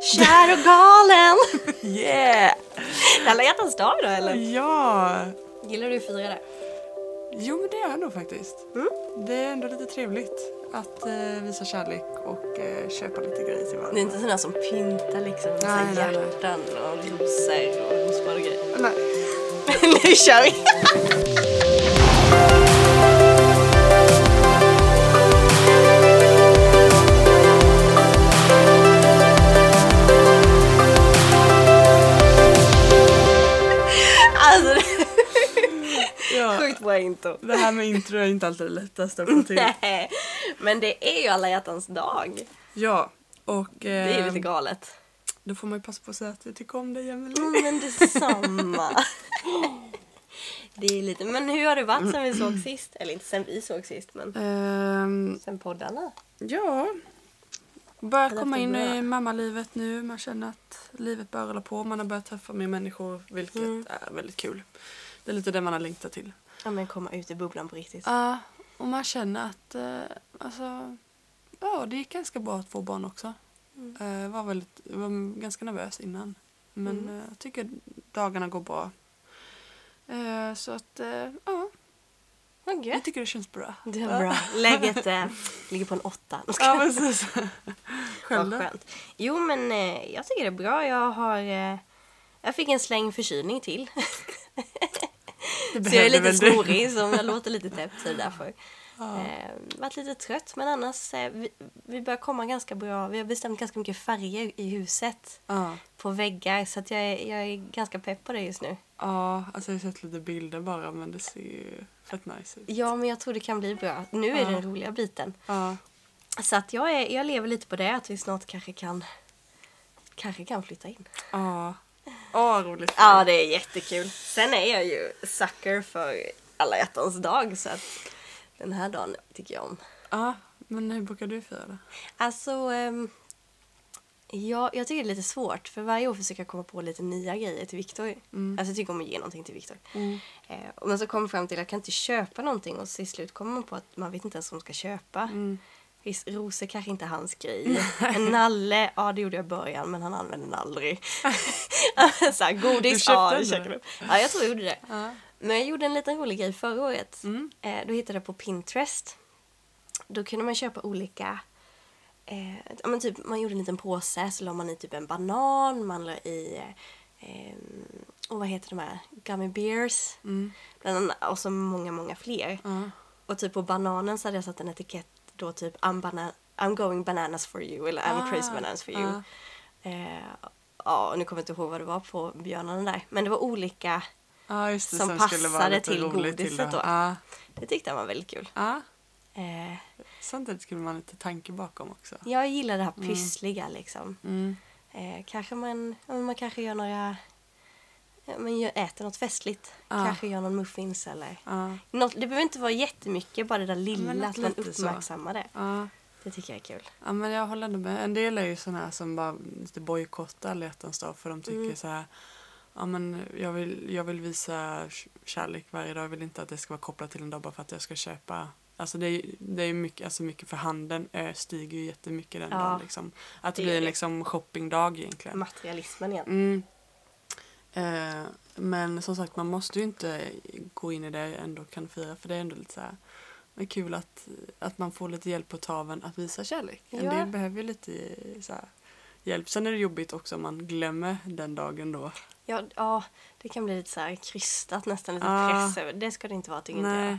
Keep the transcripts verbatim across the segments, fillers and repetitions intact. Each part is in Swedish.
Kär och galen! Yeah! Det är alla hjärtans dag då, eller? Ja! Gillar du att fira det? Jo, men det är jag nog faktiskt. Mm. Det är ändå lite trevligt att eh, visa kärlek och eh, köpa lite grejer till varandra. Det är inte sådana som pyntar liksom med Nej, så här nej, nej. hjärtan och rosor och rosbad och grejer. Nej. Nu kör vi! Alltså, Ja, sjukt bra intro. det här med intro är inte alltid det lättaste att få till. Nej, men det är ju alla hjärtans dag. Ja, och Det är ju eh, lite galet. då får man ju passa på att säga att jag tycker om dig, Emelie. Mm, men detsamma. Det är lite, men hur har det varit sen vi såg sist? Eller inte sen vi såg sist, men Ehm, sen poddarna. ja, börjar Eller komma in för bra. i mammalivet nu. Man känner att livet börjar rulla på. Man har börjat träffa mer människor, vilket Mm. är väldigt kul. Det är lite det man har längtat till. Ja, men komma ut i bubblan på riktigt. Ja, och man känner att eh, alltså, ja, det gick ganska bra att få barn också. Mm. Eh, var väldigt, var ganska nervös innan. Men Mm. eh, jag tycker dagarna går bra. Eh, så att, eh, ja, Vad jag gött. tycker det känns bra. Det är bra. Läget eh, ligger på en åtta. Ja, precis. Själv Vad då? skönt. Jo, men eh, jag tycker det är bra. Jag har... Eh, jag fick en släng förkylning till. Det Så jag är behövde lite väl du? snorig, så jag låter lite täppt så det är därför. Ja. Eh, varit lite trött, men annars eh, vi, vi börjar komma ganska bra. Vi har bestämt ganska mycket färger i huset Ja. på väggar, så att jag, är, jag är ganska pepp på det just nu. Ja, alltså jag har sett lite bilder bara, men det ser ju fett nice ut. Ja, men jag tror det kan bli bra. Nu är det Ja. den roliga biten. Ja, Så att jag, är, jag lever lite på det, att vi snart kanske kan, kanske kan flytta in. ja. Åh, roligt. Ja, det är jättekul. Sen är jag ju sucker för alla hjärtans dag, så att den här dagen tycker jag om. Ja, men hur brukar du fira det? Alltså, ehm, ja, jag tycker det är lite svårt. För varje år försöker jag komma på lite nya grejer till Viktor. Mm. Alltså jag tycker om att ge någonting till Viktor. Mm. Eh, men så kommer jag fram till att jag kan inte köpa någonting. Och så i slut kommer man på att man vet inte ens vad man ska köpa. Mm. Visst, rosor kanske inte är hans grej. En nalle, ja det gjorde jag i början, men han använde den aldrig. Så här, Du godis, köpte ja den det då? käkade jag. Ja, jag tror jag gjorde det. Ja. Men jag gjorde en liten rolig grej förra året. Mm. Eh, då hittade jag på Pinterest. Då kunde man köpa olika... Eh, ja, men typ, man gjorde en liten påse, så la man i typ en banan, man la i... Eh, och vad heter de här? Gummy bears. Mm. Bland annat, och så många, många fler. Ja. Och typ på bananen så hade jag satt en etikett då typ I'm, bana- I'm going bananas for you eller I'm Ah, crazy bananas for you. ja. Eh, ja, nu kommer jag inte ihåg vad det var på björnarna där. Men det var olika, Ja, just det. Som skulle vara passade lite till roligt godiset det. då. Ja. det tyckte jag var väldigt kul. Ja. Eh, Samtidigt skulle man ha lite tanke bakom också. jag gillar det här Mm. pyssliga liksom. Mm. Eh, kanske man, ja, men man kanske gör några, ja, man gör, äter något festligt. Ja. Kanske gör någon muffins eller Ja. något, det behöver inte vara jättemycket, bara det där lilla, något att man lite så. uppmärksammar det. Ja. Det tycker jag är kul. Ja, men jag håller ändå med. En del är ju sådana här som bara lite bojkottar alla hjärtans dag, för de tycker Mm. så här, ja men jag vill, jag vill visa k- kärlek varje dag. Jag vill inte att det ska vara kopplat till en dag bara för att jag ska köpa. Alltså det är, det är mycket, alltså mycket för handeln ö, stiger ju jättemycket den Ja, dagen liksom. Att det, det blir är en det. liksom shoppingdag egentligen. Materialismen igen. Mm. Eh, men som sagt, man måste ju inte gå in i det ändå kan fira, för det är ändå lite så här, det är kul att, att man får lite hjälp på traven att visa kärlek. En Ja. del behöver ju lite så här, hjälp. Sen är det jobbigt också om man glömmer den dagen då. Ja, ja, det kan bli lite så här krystat, nästan lite Ja. press över. Det ska det inte vara, tycker inte Nej. jag.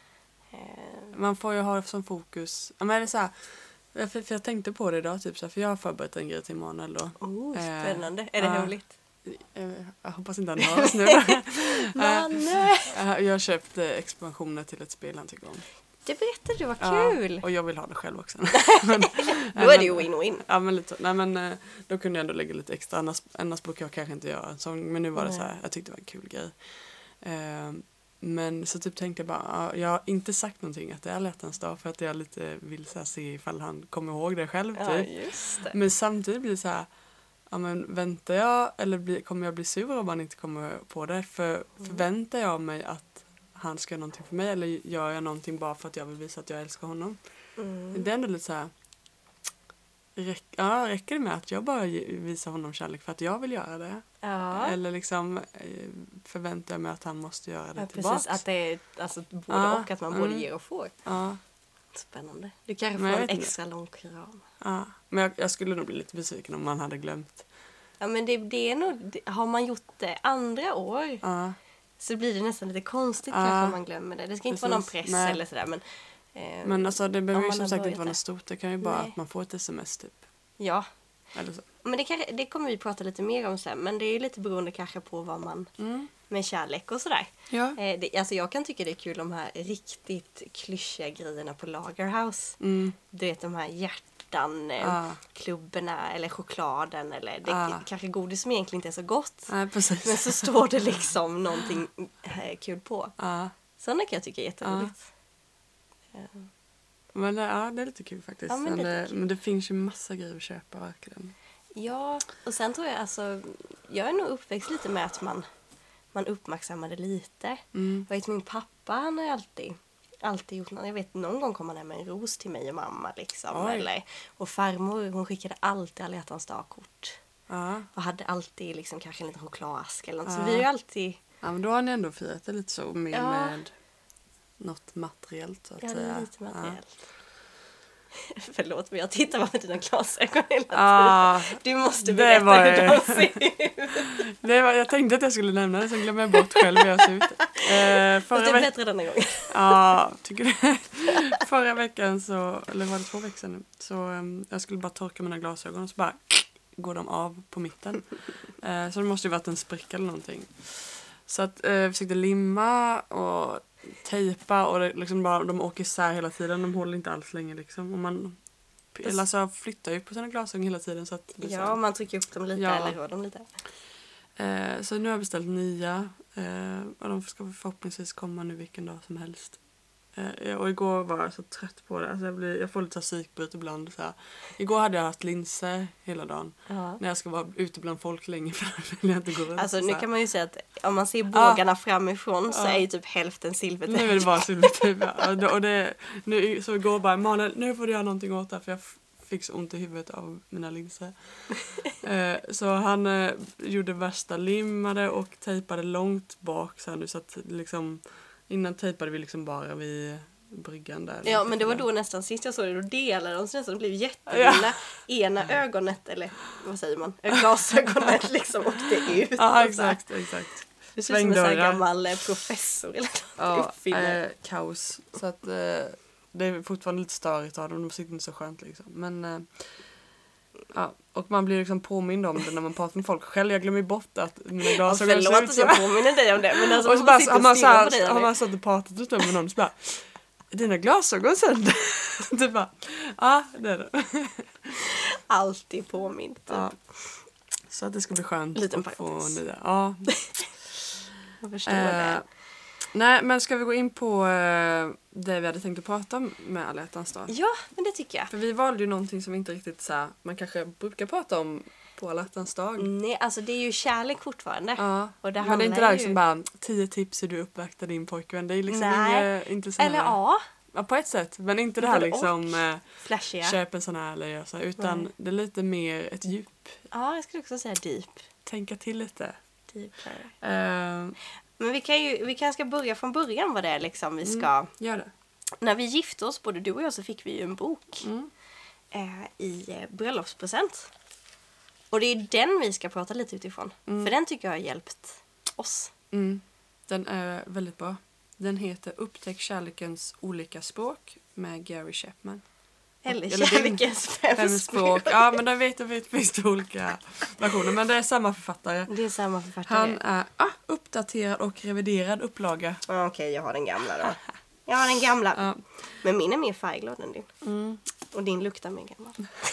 Eh, Man får ju ha som fokus. Ja, men är det så här, för, för jag tänkte på det idag, typ så här, för jag har förberett en grej till Emanuel då. oh, Eh, spännande. Är det ja. hemligt? Eh, Jag hoppas inte han hör oss nu. Manne! Eh, Jag har köpt eh, expansioner till ett spel han tycker om. Det berättade du, vad Ja, kul! och jag vill ha det själv också. Då är det ju win-win. Ja, men lite så. Nej, men eh, då kunde jag ändå lägga lite extra. Annars, annars brukar jag kanske inte göra en sån. Men nu var det Nej. så här, jag tyckte det var en kul grej. Eh, men så typ tänkte jag bara, ja, jag har inte sagt någonting att det är alla hjärtans dag, för att jag lite vill så här, se ifall han kommer ihåg det själv. Ja, Typ. just det. Men samtidigt blir det så här, ja, men väntar jag eller blir, kommer jag bli sur om han inte kommer på det? För förväntar jag mig att han ska göra någonting för mig, eller gör jag någonting bara för att jag vill visa att jag älskar honom? Mm. Det är ändå lite så här, räck, ja, räcker det med att jag bara visar honom kärlek för att jag vill göra det? Ja. Eller liksom eh, förväntar jag mig att han måste göra det Ja, tillbaks? precis, att det är alltså, både Ja, och, att man mm. både ger och får. Ja. Spännande. Du kanske Men får jag en vet inte. extra lång kram. Ja, men jag, jag skulle nog bli lite besviken om man hade glömt. Ja, men det, det är nog, det, har man gjort det andra år Ja, så blir det nästan lite konstigt Ja, kanske om man glömmer det. Det ska inte vara någon precis. press Nej. eller sådär. Men, eh, men alltså det behöver om ju man som har sagt inte börjat vara där. något stort. Det kan ju bara Nej. att man får ett sms typ. Ja, Eller så. men det, kan, det kommer vi prata lite mer om sen. Men det är ju lite beroende kanske på vad man, Mm. med kärlek och sådär. Ja. Eh, det, alltså jag kan tycka det är kul de här riktigt klyschiga grejerna på Lagerhouse. Mm. Du vet de här hjärtan, eh, Ja. klubborna eller chokladen eller det, Ja. kanske godis som egentligen inte är så gott. Nej, precis. Men så står det liksom någonting eh, kul på. Ja. Sådana kan jag tycka är jätteroligt. Ja. Men ja, det är lite kul faktiskt. Ja, men men, lite det, kul. men det finns ju massa grejer att köpa verkligen. Ja, och sen tror jag alltså, jag är nog uppväxt lite med att man, man uppmärksammade lite. Mm. Jag vet min pappa, han har ju alltid, alltid gjort något. Jag vet någon gång kom han hem med en ros till mig och mamma liksom. Oj. Eller, och farmor, hon skickade alltid alla hjärtans dag-kort. Ja. Och hade alltid liksom kanske en liten chokladask eller något. Så Ja. vi har ju alltid, ja, men då har ni ändå firat det lite så med, Ja. med något materiellt så att jag säga. hade lite materiellt. Förlåt, men jag tittar bara med dina glasögon hela tiden. Ja. Du måste det berätta var hur ju- de ser ut. Det var, jag tänkte att jag skulle nämna det, sen glömde jag bort själv hur jag ser ut. Eh, Fast det förra, är veck- bättre denna gången. ja, tycker du? Förra veckan så, eller var det två veckor sedan nu, så um, jag skulle bara torka mina glasögon och så bara går de av på mitten. Eh, så det måste ju varit en spricka eller någonting. Så att eh, jag försökte limma och tejpa och det, liksom bara, de åker isär hela tiden. De håller inte alls länge liksom. Och man eller alltså, flyttar ju på sina glasögon hela tiden. Så att det är så Ja, här. man trycker upp dem lite Ja. eller rör dem lite. Eh, så nu har jag beställt nya. Eh, och de ska förhoppningsvis komma nu vilken dag som helst. Eh, och igår var jag så trött på det. Alltså jag, blir, jag får lite psykbryt ibland. Så här. Igår hade jag haft linser hela dagen. Ja. När jag ska vara ute bland folk länge för då vill jag inte gå runt. Alltså så nu här. kan man ju säga att om man ser bågarna framifrån så Ja. är ju typ hälften Nu är silvertejp. det bara silvertejp. Ja. Och det, och det, nu, så igår bara, Manuel, nu får du göra någonting åt det här, för jag f- fick så ont i huvudet av mina linser. eh, så han eh, gjorde värsta limmade och tejpade långt bak så, här, nu, så att liksom, innan tejpade vi liksom bara vid bryggan där. Ja, men det var då nästan sist jag såg det, då delade de sig nästan, de blev jättelilla. Ena ögonet, eller vad säger man, glasögonet liksom åkte ut. Ja, och så här. exakt, exakt. Det ser ut som en sån här Svängdörrar. gammal eh, professor eller något. Ja, uppfinner. eh, kaos. Så att eh, det är fortfarande lite störigt av dem. De sitter inte så skönt liksom. Men eh, ja, och man blir liksom påmind om det när man pratar med folk. Själv jag glömmer bort att mina Ja, glasögon ser förlåt ut att så. jag påminner dig om det, men alltså Och så man bara, sitter har och man, så stirrar på dig. här, har eller? man suttit och pratat lite med någon så bara, dina glasögon sönder. Du bara, ja det är det. Alltid påmind. Typ. Ja. Så att det ska bli skönt Liten att få parentes. nya. Ja. Jag förstår Eh, det. nej, men ska vi gå in på eh, det vi hade tänkt att prata om med alla hjärtans dag? Ja, men det tycker jag. För vi valde ju någonting som inte riktigt så här, man kanske brukar prata om på alla hjärtans dag. Nej, alltså det är ju kärlek fortfarande. Ja. Och det Men det är inte handlar där ju- liksom bara tio tips hur du uppvaktar din pojkvän. Det är liksom Nej. inget, inte så här, Eller ja, ja, på ett sätt. Men inte det här Både liksom eh, flashiga. köp en sån här eller gör så här, utan Nej. det är lite mer ett djup. Ja, jag skulle också säga deep. Tänka till lite. Deepare. Eh, Men vi kan ju vi kanske ska börja från början vad det är liksom vi ska... gör det. När vi gifte oss, både du och jag, så fick vi ju en bok Mm. eh, i eh, bröllopspresent. Och det är den vi ska prata lite utifrån. Mm. För den tycker jag har hjälpt oss. Mm. Den är väldigt bra. Den heter Upptäck kärlekens olika språk med Gary Chapman. Eller, Eller din- kärlekens fem, Fem språk. Ja, men den vet jag vet finns det olika versioner. Men det är samma författare. Det är samma författare. Han är ah, uppdaterad och reviderad upplaga. Ja, Okej, jag har den gamla då. Jag har den gamla. Ja. Men min är mer färgglad än din. Mm. Och din luktar mer gammal.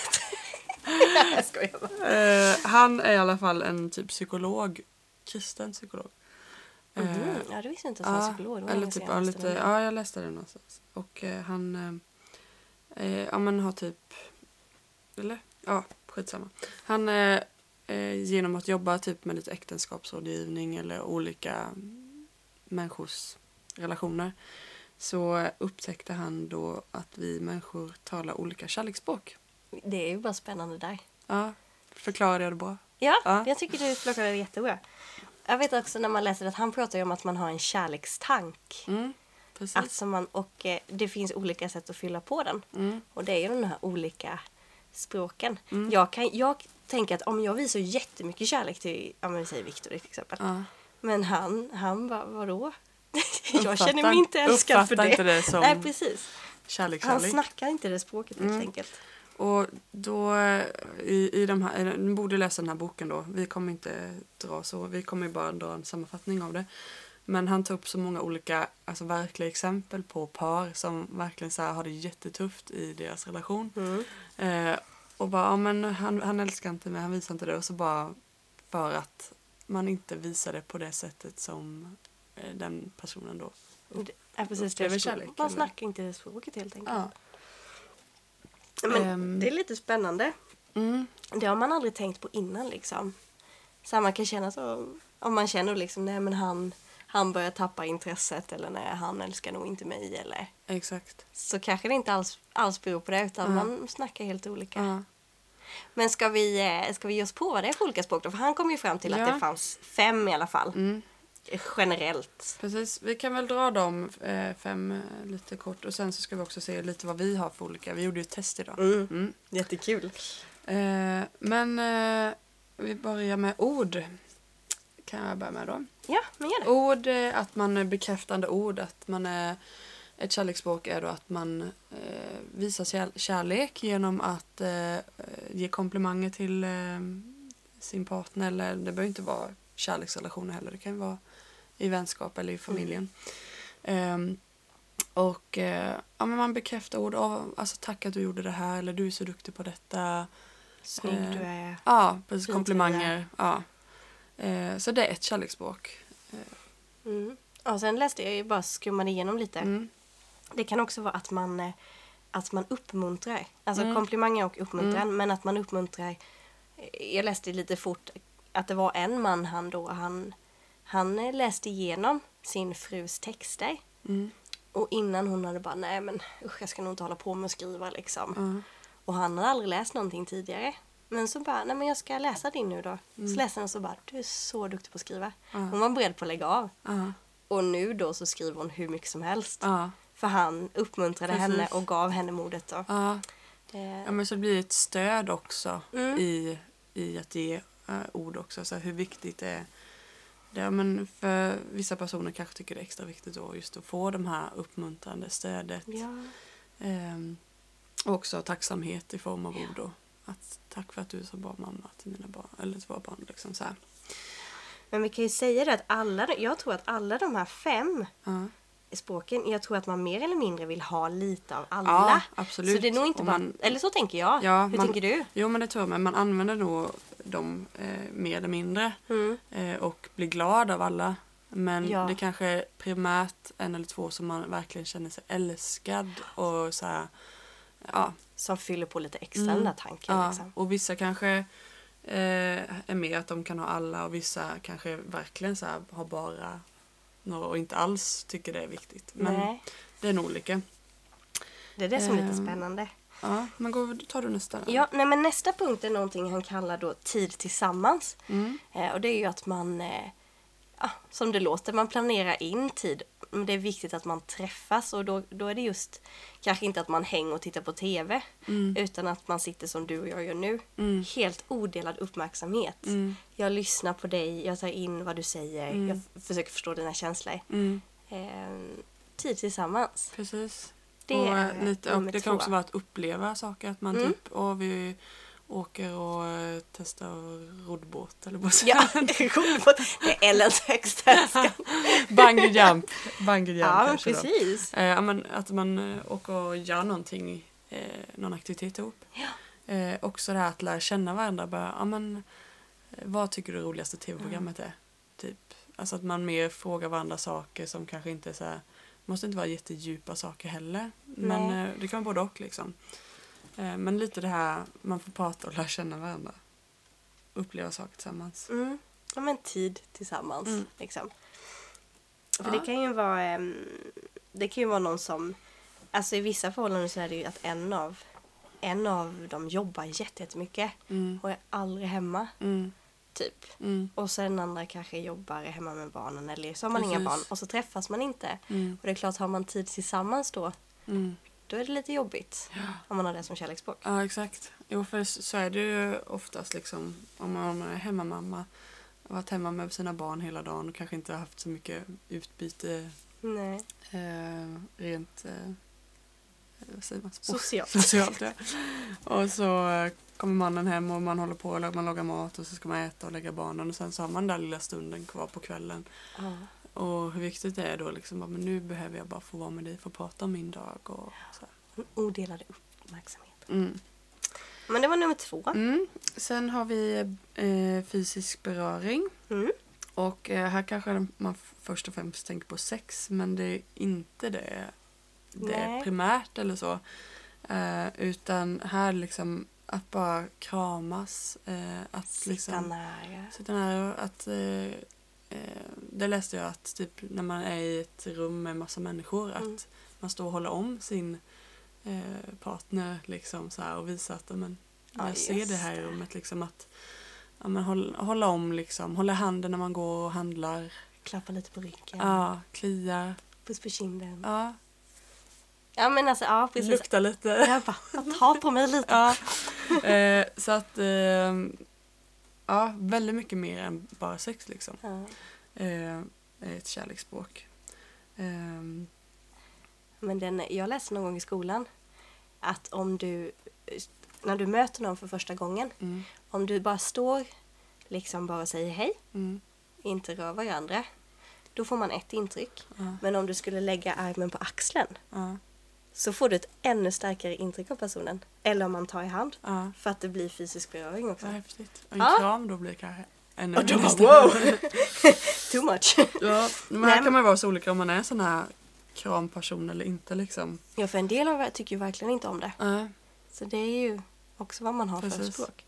Jag skojar bara. Eh, han är i alla fall en typ psykolog. Kristen psykolog. Eh, Mhm. Ja, det visste jag inte att han var ja, psykolog. Det var eller länge typ, sedan ja, jag läste lite, den. ja, jag läste den någonstans. Och eh, han eh, eh, ja, men har typ, eller? Ja, skitsamma. Han eh, eh, genom att jobba typ med lite äktenskapsrådgivning eller olika människors relationer så upptäckte han då att vi människor talar olika kärleksspråk. Det är ju bara spännande där. Ja, förklarade jag det bra? Ja, Ja. jag tycker du förklarade det jättebra. Jag vet också när man läser att han pratar ju om att man har en kärlekstank. Mm, precis. Alltså man, och eh, det finns olika sätt att fylla på den. Mm. Och det är ju de här olika språken. Mm. Jag, kan, jag tänker att om jag visar jättemycket kärlek till, om vi säger Victor till exempel. Ja. Men han, han bara, vadå? jag Uppfattar- känner mig inte älskad för det. uppfattar inte det som Nej, precis. kärlek, Han kärlek. snackar inte det språket helt Mm. enkelt. Och då i, i de här, ni borde läsa den här boken då. Vi kommer inte dra så, vi kommer bara dra en sammanfattning av det. Men han tar upp så många olika, alltså verkliga exempel på par som verkligen så här har det jättetufft i deras relation. Mm. Eh, och bara, ja men han, han älskar inte mig, han visar inte det. Och så bara för att man inte visar det på det sättet som eh, den personen då. Det är precis Det är väl det. kärlek, Man eller? snackar inte det språket helt enkelt. Ja. Men Ehm. det är lite spännande. Mm. Det har man aldrig tänkt på innan liksom. Så man kan känna så, om man känner liksom, nej men han, han börjar tappa intresset eller nej han älskar nog inte mig eller. Exakt. Så kanske det inte alls, alls beror på det utan Ja. man snackar helt olika. Ja. Men ska vi, eh, ska vi ge oss på vad det är för olika språk då? För han kom ju fram till Ja. att det fanns fem i alla fall. Mm. Generellt. Precis, vi kan väl dra dem eh, fem eh, lite kort och sen så ska vi också se lite vad vi har för olika. Vi gjorde ju ett test idag. Mm. Mm. Jättekul. Eh, men eh, vi börjar med ord. Kan jag börja med då? Ja, men gör det. Ord, eh, att man är bekräftande ord, att man är ett kärleksspråk är då att man eh, visar kär, kärlek genom att eh, ge komplimanger till eh, sin partner, eller det behöver inte vara kärleksrelationer heller, det kan ju vara i vänskap eller i familjen. Mm. Eh, och eh, ja, men man bekräftar ord av, alltså tack att du gjorde det här, eller du är så duktig på detta. Snygg Eh, du är. Ja, precis, Fint komplimanger. Ja. Eh, så det är ett kärleksspråk. Mm. Och sen läste jag ju bara skummade igenom lite. Mm. Det kan också vara att man, eh, att man uppmuntrar. Alltså Mm. komplimanger och uppmuntran. Men att man uppmuntrar. eh, Jag läste lite fort att det var en man han då. Han, han eh, läste igenom sin frus texter. Mm. Och innan hon hade bara, nej men usch, jag ska nog inte hålla på med att skriva liksom. Ja. Och han hade aldrig läst någonting tidigare. Men så bara, nej men jag ska läsa din nu då. Mm. Så läste han och så bara, du är så duktig på att skriva. Ja. Hon var beredd på att lägga av. Ja. Och nu då så skriver hon hur mycket som helst. Ja. För han uppmuntrade Precis. henne och gav henne modet då. Ja. Eh, Ja, men så blir det ett stöd också Mm. i, i att ge uh, ord också. Så hur viktigt det är. Det, ja, men för vissa personer kanske tycker det är extra viktigt då just att få de här uppmuntrande stödet. ja. Ehm, och också tacksamhet i form av ord då. Att tack för att du är så bra mamma till mina barn. Eller till våra barn liksom så här. Men vi kan ju säga det att alla, jag tror att alla de här fem Ja. språken, jag tror att man mer eller mindre vill ha lite av alla. Ja, absolut. Så det är nog inte Och bara, man- eller så tänker jag. Ja, Hur man- tänker du? Jo, men det tror jag. Men man använder nog dem eh, mer eller mindre. Mm. Eh, och blir glad av alla. Men Ja. det kanske är primärt en eller två som man verkligen känner sig älskad. Och så här, ja. Som fyller på lite extra Mm. den där tanken. ja. Liksom. Och vissa kanske eh, är med att de kan ha alla. Och vissa kanske verkligen så här, har bara några och inte alls tycker det är viktigt. Men Nej, det är nog olika. det är det som är lite Ehm. spännande. Ja, men gå, tar du nästa. Ja, nej, men nästa punkt är någonting han kallar då tid tillsammans. Mm. Eh, och det är ju att man, eh, ja, som det låter, man planerar in tid. Men det är viktigt att man träffas och då, då är det just kanske inte att man hänger och tittar på tv. Mm. Utan att man sitter som du och jag gör nu. Mm. Helt odelad uppmärksamhet. Mm. Jag lyssnar på dig, jag tar in vad du säger. Mm. Jag f- försöker förstå dina känslor. Mm. Eh, tid tillsammans. Precis. Det och, är lite, och nummer det kan två. också vara att uppleva saker. Att man Mm. typ, och vi åker och eh, testar roddbåt eller vad Ja, det är roligt. Det är Ellens högsta önskan. Bungee jump. Bungee jump Ja, men kanske då. precis. Eh, ja, men att man eh, åker och gör någonting, eh, någon aktivitet ihop. Ja. Eh, också det här att lära känna varandra. Bara, ja, men, eh, vad tycker du det roligaste tv-programmet är? Typ. Alltså att man mer frågar varandra saker som kanske inte är så här, måste inte vara jättedjupa saker heller. Men Nej. eh, det kan vara både och liksom. Eh, men lite det här, man får prata och lära känna varandra. Uppleva saker tillsammans. Mm. Ja, men tid tillsammans. Mm. Liksom. För Ja. det kan ju vara ehm, det kan ju vara någon som, alltså i vissa förhållanden så är det ju att en av en av dem jobbar jätte- jättemycket Mm. och är aldrig hemma. Mm. Typ. Mm. Och sen andra kanske jobbar hemma med barnen eller så har man Precis. inga barn och så träffas man inte. Mm. Och det är klart, har man tid tillsammans då, Mm. då är det lite jobbigt om man har det som kärleksspråk. Ja, exakt. Jo, för så är det ju oftast liksom om man är hemmamamma och varit hemma med sina barn hela dagen och kanske inte haft så mycket utbyte Nej. eh, rent eh, vad säger man? Socialt. Socialt, ja. Och så eh, kommer mannen hem och man håller på och man lagar mat och så ska man äta och lägga barnen och sen så har man den där lilla stunden kvar på kvällen. Ja. Och hur viktigt det är då liksom, men nu behöver jag bara få vara med dig, få prata om min dag och så. En odelad uppmärksamhet. Mm. Men det var nummer två. Mm. Sen har vi eh, fysisk beröring. Mm. Och eh, här kanske man f- först och främst tänker på sex, men det är inte det, det är Nej. primärt eller så. Eh, utan här liksom att bara kramas. Eh, att Sitta liksom nära. sitta nära. Att, eh, eh, det läste jag att typ när man är i ett rum med massa människor Mm. att man står och håller om sin eh, partner liksom så här och visar att men, Ja, jag ser just det här i det. rummet liksom att ja, men håll, hålla om liksom, hålla handen när man går och handlar. Klappa lite på ryggen. Ja, klia. Puss på kinden. Ja, Ja, men alltså, ja, precis. lukta lite. Jag bara, bara ta på mig lite. Ja. Eh, så att eh, ja, väldigt mycket mer än bara sex liksom. Ja. Eh, är ett kärleksspråk. Eh, Men den, jag läste någon gång i skolan att om du, när du möter någon för första gången, mm, om du bara står, liksom bara säger hej, mm, inte rör varandra, då får man ett intryck. ja, Men om du skulle lägga armen på axeln ja, så får du ett ännu starkare intryck av personen. Eller om man tar i hand, ja. för att det blir fysisk beröring också. Så häftigt. Och en Ja. kram då blir kanske ännu Och då bara, nästan. wow! Too much. Ja, men Nej, här men- kan man vara så olika om man är sån här kramperson eller inte liksom. Ja, för en del av er tycker ju verkligen inte om det. Nej, Så det är ju också vad man har för Precis. språk.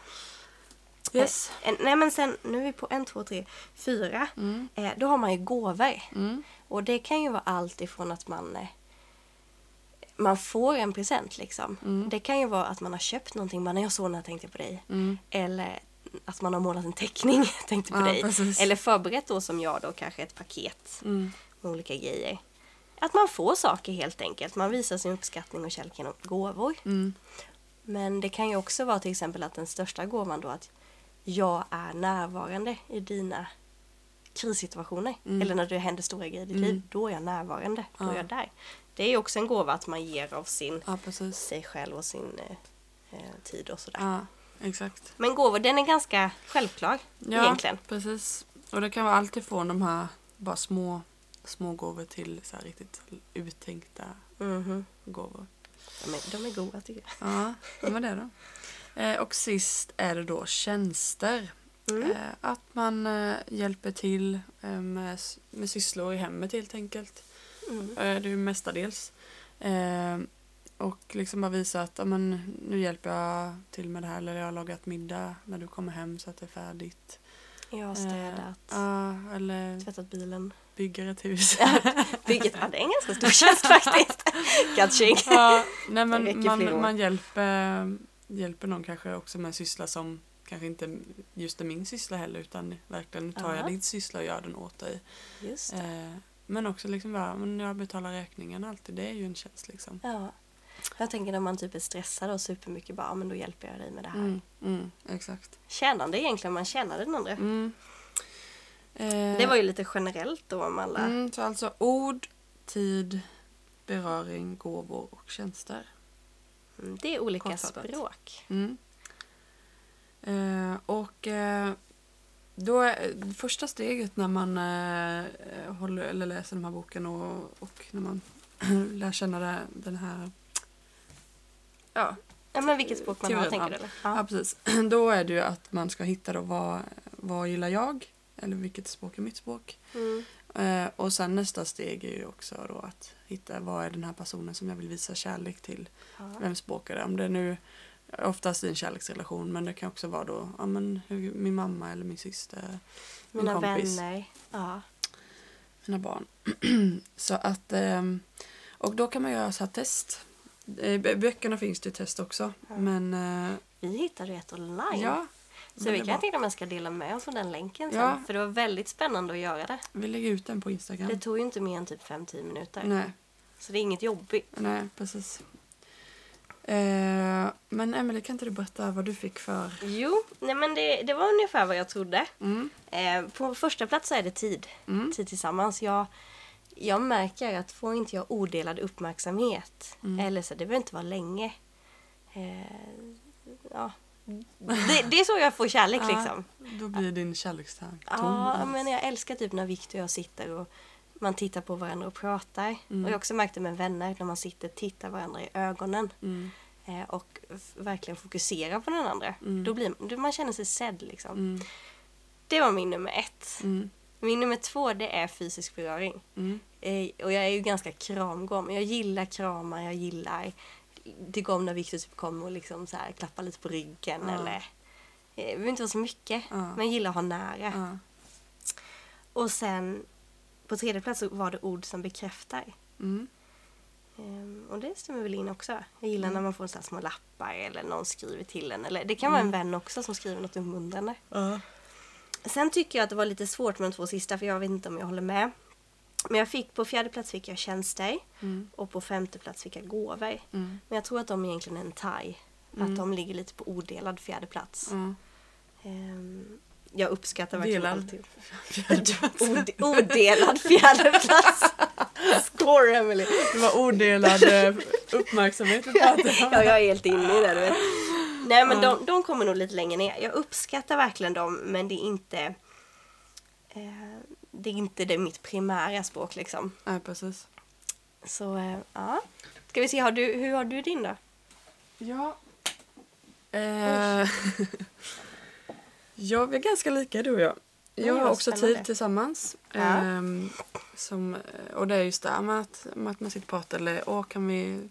yes. Eh, en- nej men sen, nu är vi på en, två, tre, fyra. Mm, Eh, då har man ju gåvor. mm, Och det kan ju vara allt ifrån att man, eh, man får en present liksom. Mm. Det kan ju vara att man har köpt någonting, bara när jag såg när jag tänkte på dig. mm, Eller att man har målat en teckning, tänkte på Ja, dig. precis. Eller förberett då som jag då kanske ett paket mm, med olika grejer. Att man får saker helt enkelt. Man visar sin uppskattning och kärlek genom gåvor. mm, Men det kan ju också vara till exempel att den största gåvan då att jag är närvarande i dina krissituationer. Mm. Eller när det händer stora grejer i ditt Mm. liv. Då är jag närvarande. Då är Ja. jag där. Det är ju också en gåva att man ger av sin, ja, precis. sig själv och sin eh, eh, tid och sådär. Ja, exakt. Men gåvor, den är ganska självklar Ja, egentligen. precis. Och det kan vara allt ifrån de här bara små, små gåvor till så här riktigt uttänkta Mhm. gåvor. De, är, de är goda tycker jag. Ja, vad var det då? Eh, och sist är det då tjänster. Mm. Eh, att man eh, hjälper till eh, med, s- med sysslor i hemmet helt enkelt. Mm. Eh, det är ju mestadels. Eh, och liksom bara visa att ja, men, nu hjälper jag till med det här. Eller jag har lagat middag när du kommer hem så att det är färdigt. Jag har städat. Eh, ja, eller Tvättat bilen. bygger ett hus. Bygget, ja det är en ganska stor tjänst faktiskt. Catching. Ja, nej, Det men räcker flera år. man, man hjälper, hjälper någon kanske också med en syssla som kanske inte just är min syssla heller utan verkligen nu tar Ja. jag din syssla och gör den åt dig. Just det. Eh, men också liksom bara, men jag betalar räkningen alltid, det är ju en tjänst liksom. Ja. Jag tänker när man typ är stressad och supermycket bara, ja, men då hjälper jag dig med det här. Mm, mm, exakt. Tjänande egentligen, man tjänar den andra. Mm. Eh, Det var ju lite generellt då om alla. mm, så alltså ord, tid, beröring, gåvor och tjänster. Mm, det är olika Kortfattat. språk. Mm. Eh, och eh, då är första steget när man eh, håller, eller läser den här boken och, och när man lär känna det, den här ja, Ja, men vilket språk man har, Teorin, tänker ja. du eller? ja. precis. Då är det ju att man ska hitta då vad, vad gillar jag eller vilket språk är mitt språk. Mm. Eh, och sen nästa steg är ju också då att hitta vad är den här personen som jag vill visa kärlek till. Ja. Vem språk är det? Om det är nu oftast i en kärleksrelation men det kan också vara då ja, men, hur, min mamma eller min syster, min Mina kompis, vänner. Ja. mina barn. Så att ehm, och då kan man göra så här test Eh, b- böckerna finns det test också. Ja. Men eh, Vi hittade ett online. ja. Så men vi det kan var- till och med ska dela med oss av den länken sen. Ja. För det var väldigt spännande att göra det. Vi lägger ut den på Instagram. Det tog ju inte mer än typ fem till tio minuter. Nej, Så det är inget jobbigt. nej, precis. Eh, men Emelie, kan inte du berätta vad du fick för... Jo, nej men det, det var ungefär vad jag trodde. Mm. Eh, på första plats så är det tid. Mm. Tid tillsammans. Jag, jag märker att får inte jag odelad uppmärksamhet. Mm. Eller så, det behöver inte vara länge. Eh, ja. det, det är så jag får kärlek Ja, liksom. Då blir din kärlekstank tom. Ja, men jag älskar typ när Victor och jag sitter och man tittar på varandra och pratar. Mm. Och jag har också märkt det med vänner när man sitter och tittar varandra i ögonen. Mm. Eh, och f- verkligen fokuserar på den andra. Mm. Då blir då man känner sig sedd liksom. Mm. Det var min nummer ett. Mm. Min nummer två, det är fysisk beröring. Mm. Eh, och jag är ju ganska kramgång. Jag gillar kramar, jag gillar tycker om när Victor typ kommer och liksom så här klappar lite på ryggen Ja. eller eh, det behöver inte vara så mycket, Ja. men jag gillar att ha nära. Ja. Och sen på tredje plats så var det ord som bekräftar. Mm. Ehm, och det stämmer väl in också. Jag gillar Mm. när man får så här små lappar eller någon skriver till en. Eller det kan vara en vän också som skriver något uppmuntrande. Ja. Sen tycker jag att det var lite svårt med de två sista för jag vet inte om jag håller med. Men jag fick på fjärde plats fick jag tjänster Mm. och på femte plats fick jag gåvor. Mm. Men jag tror att de egentligen är en tie. Mm. Att de ligger lite på odelad fjärde plats. Ja. Ehm, jag uppskattar verkligen Delad. alltid. Ode- odelad fjärde plats. Score, Emily. Det var odelad eh, uppmärksamhet vi pratade om. Ja, jag är helt inne i det, du vet. Nej, men Ja. de, de kommer nog lite längre ner. Jag uppskattar verkligen dem, men det är inte eh, det är inte det mitt primära språk liksom. Nej, precis. Så, eh, ja. Ska vi se, har du, hur har du din då? Ja. Eh, ja, vi är ganska lika du och jag. Jag Mm, har vad också spännande. tid tillsammans. Ja. Ehm, som, och det är just det här med att, med att man sitter och pratar. Eller åh, kan vi...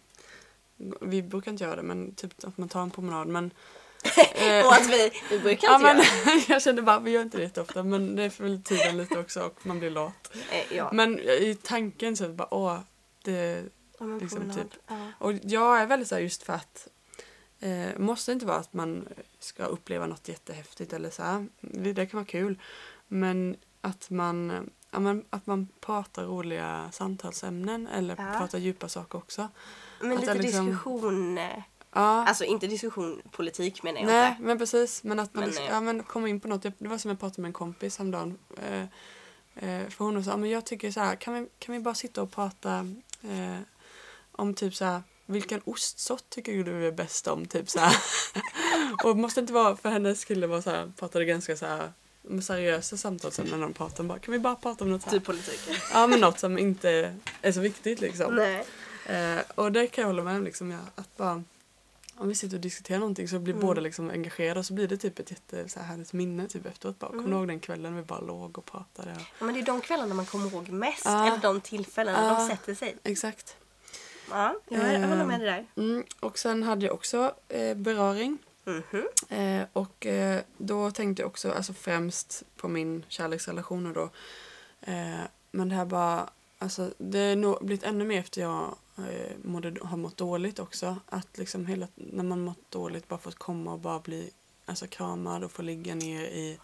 Vi brukar inte göra det, men typ att man tar en promenad. Men, eh, Och att vi, vi brukar ja, inte men, göra jag kände bara, vi gör inte det jätteofta. Men det är för väl tiden lite också och man blir lat. eh, ja. Men i tanken så är det bara, åh, det... Om en liksom promenad. typ. Ja. Och jag är väldigt så här just för att eh, måste inte vara att man ska uppleva något jättehäftigt eller så här. Det, det kan vara kul. Men att man, ja, men, att man pratar roliga samtalsämnen eller Ja. pratar djupa saker också. Men Att lite det liksom- diskussion. eh, Ja, Alltså inte diskussion politik menar jag nej, inte. men precis. Men att man Men, liksom, eh, ja, men komma in på något. Det var som jag pratade med en kompis häromdagen. Eh, eh, för hon sa, men jag tycker så här, kan vi, kan vi bara sitta och prata eh, om typ så här, vilken ostsort tycker du är bäst om? Typ så här. Och måste inte vara, för hennes kille var så här, pratade ganska så här med seriösa samtal sen när de pratade. Bara, kan vi bara prata om något så här? Typ politik. Ja, men något som inte är så viktigt liksom. Nej. Eh, och det kan jag hålla med om liksom, ja, att bara om vi sitter och diskuterar någonting så blir Mm. båda liksom engagerade och så blir det typ ett jätte så här härligt minne typ efteråt. Bara, Mm. kommer du ihåg den kvällen vi bara låg och pratade? Och... Ja, men det är de kvällarna man kommer ihåg mest. Ja. Eller de tillfällen när Ja. de sätter sig. Exakt. Ja, jag, jag håller med dig där. Mm, och sen hade jag också eh, beröring. Mhm. Eh, och eh, då tänkte jag också alltså främst på min kärleksrelation då. Eh, men det här bara, alltså det är nog blivit ännu mer efter jag eh, mådde, har mått dåligt också. Att liksom hela, när man mått dåligt bara fått komma och bara bli alltså kramad och få ligga ner i,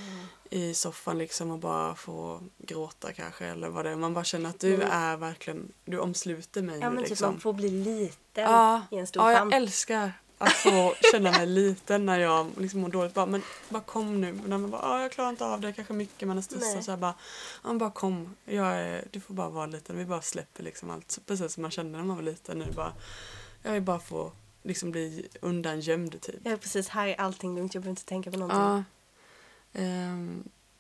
i soffan liksom och bara få gråta kanske eller vad det är. Man bara känner att du Mm. är verkligen, du omsluter mig Ja, nu men typ liksom. man får bli liten Ja, i en stor ja, famn. jag älskar att få känna mig liten när jag liksom mår dåligt. Bara, men bara kom nu. När man bara, ah, jag klarar inte av det. Kanske mycket man är stressad. Nej. Så jag bara, ah, bara kom. Jag är, du får bara vara liten. Vi bara släpper liksom allt. Så precis som man kände när man var liten. Nu bara, jag vill bara få liksom bli undangömd typ. Ja, precis. Här är allting lugnt. Jag behöver inte tänka på någonting. Ja. Ehm,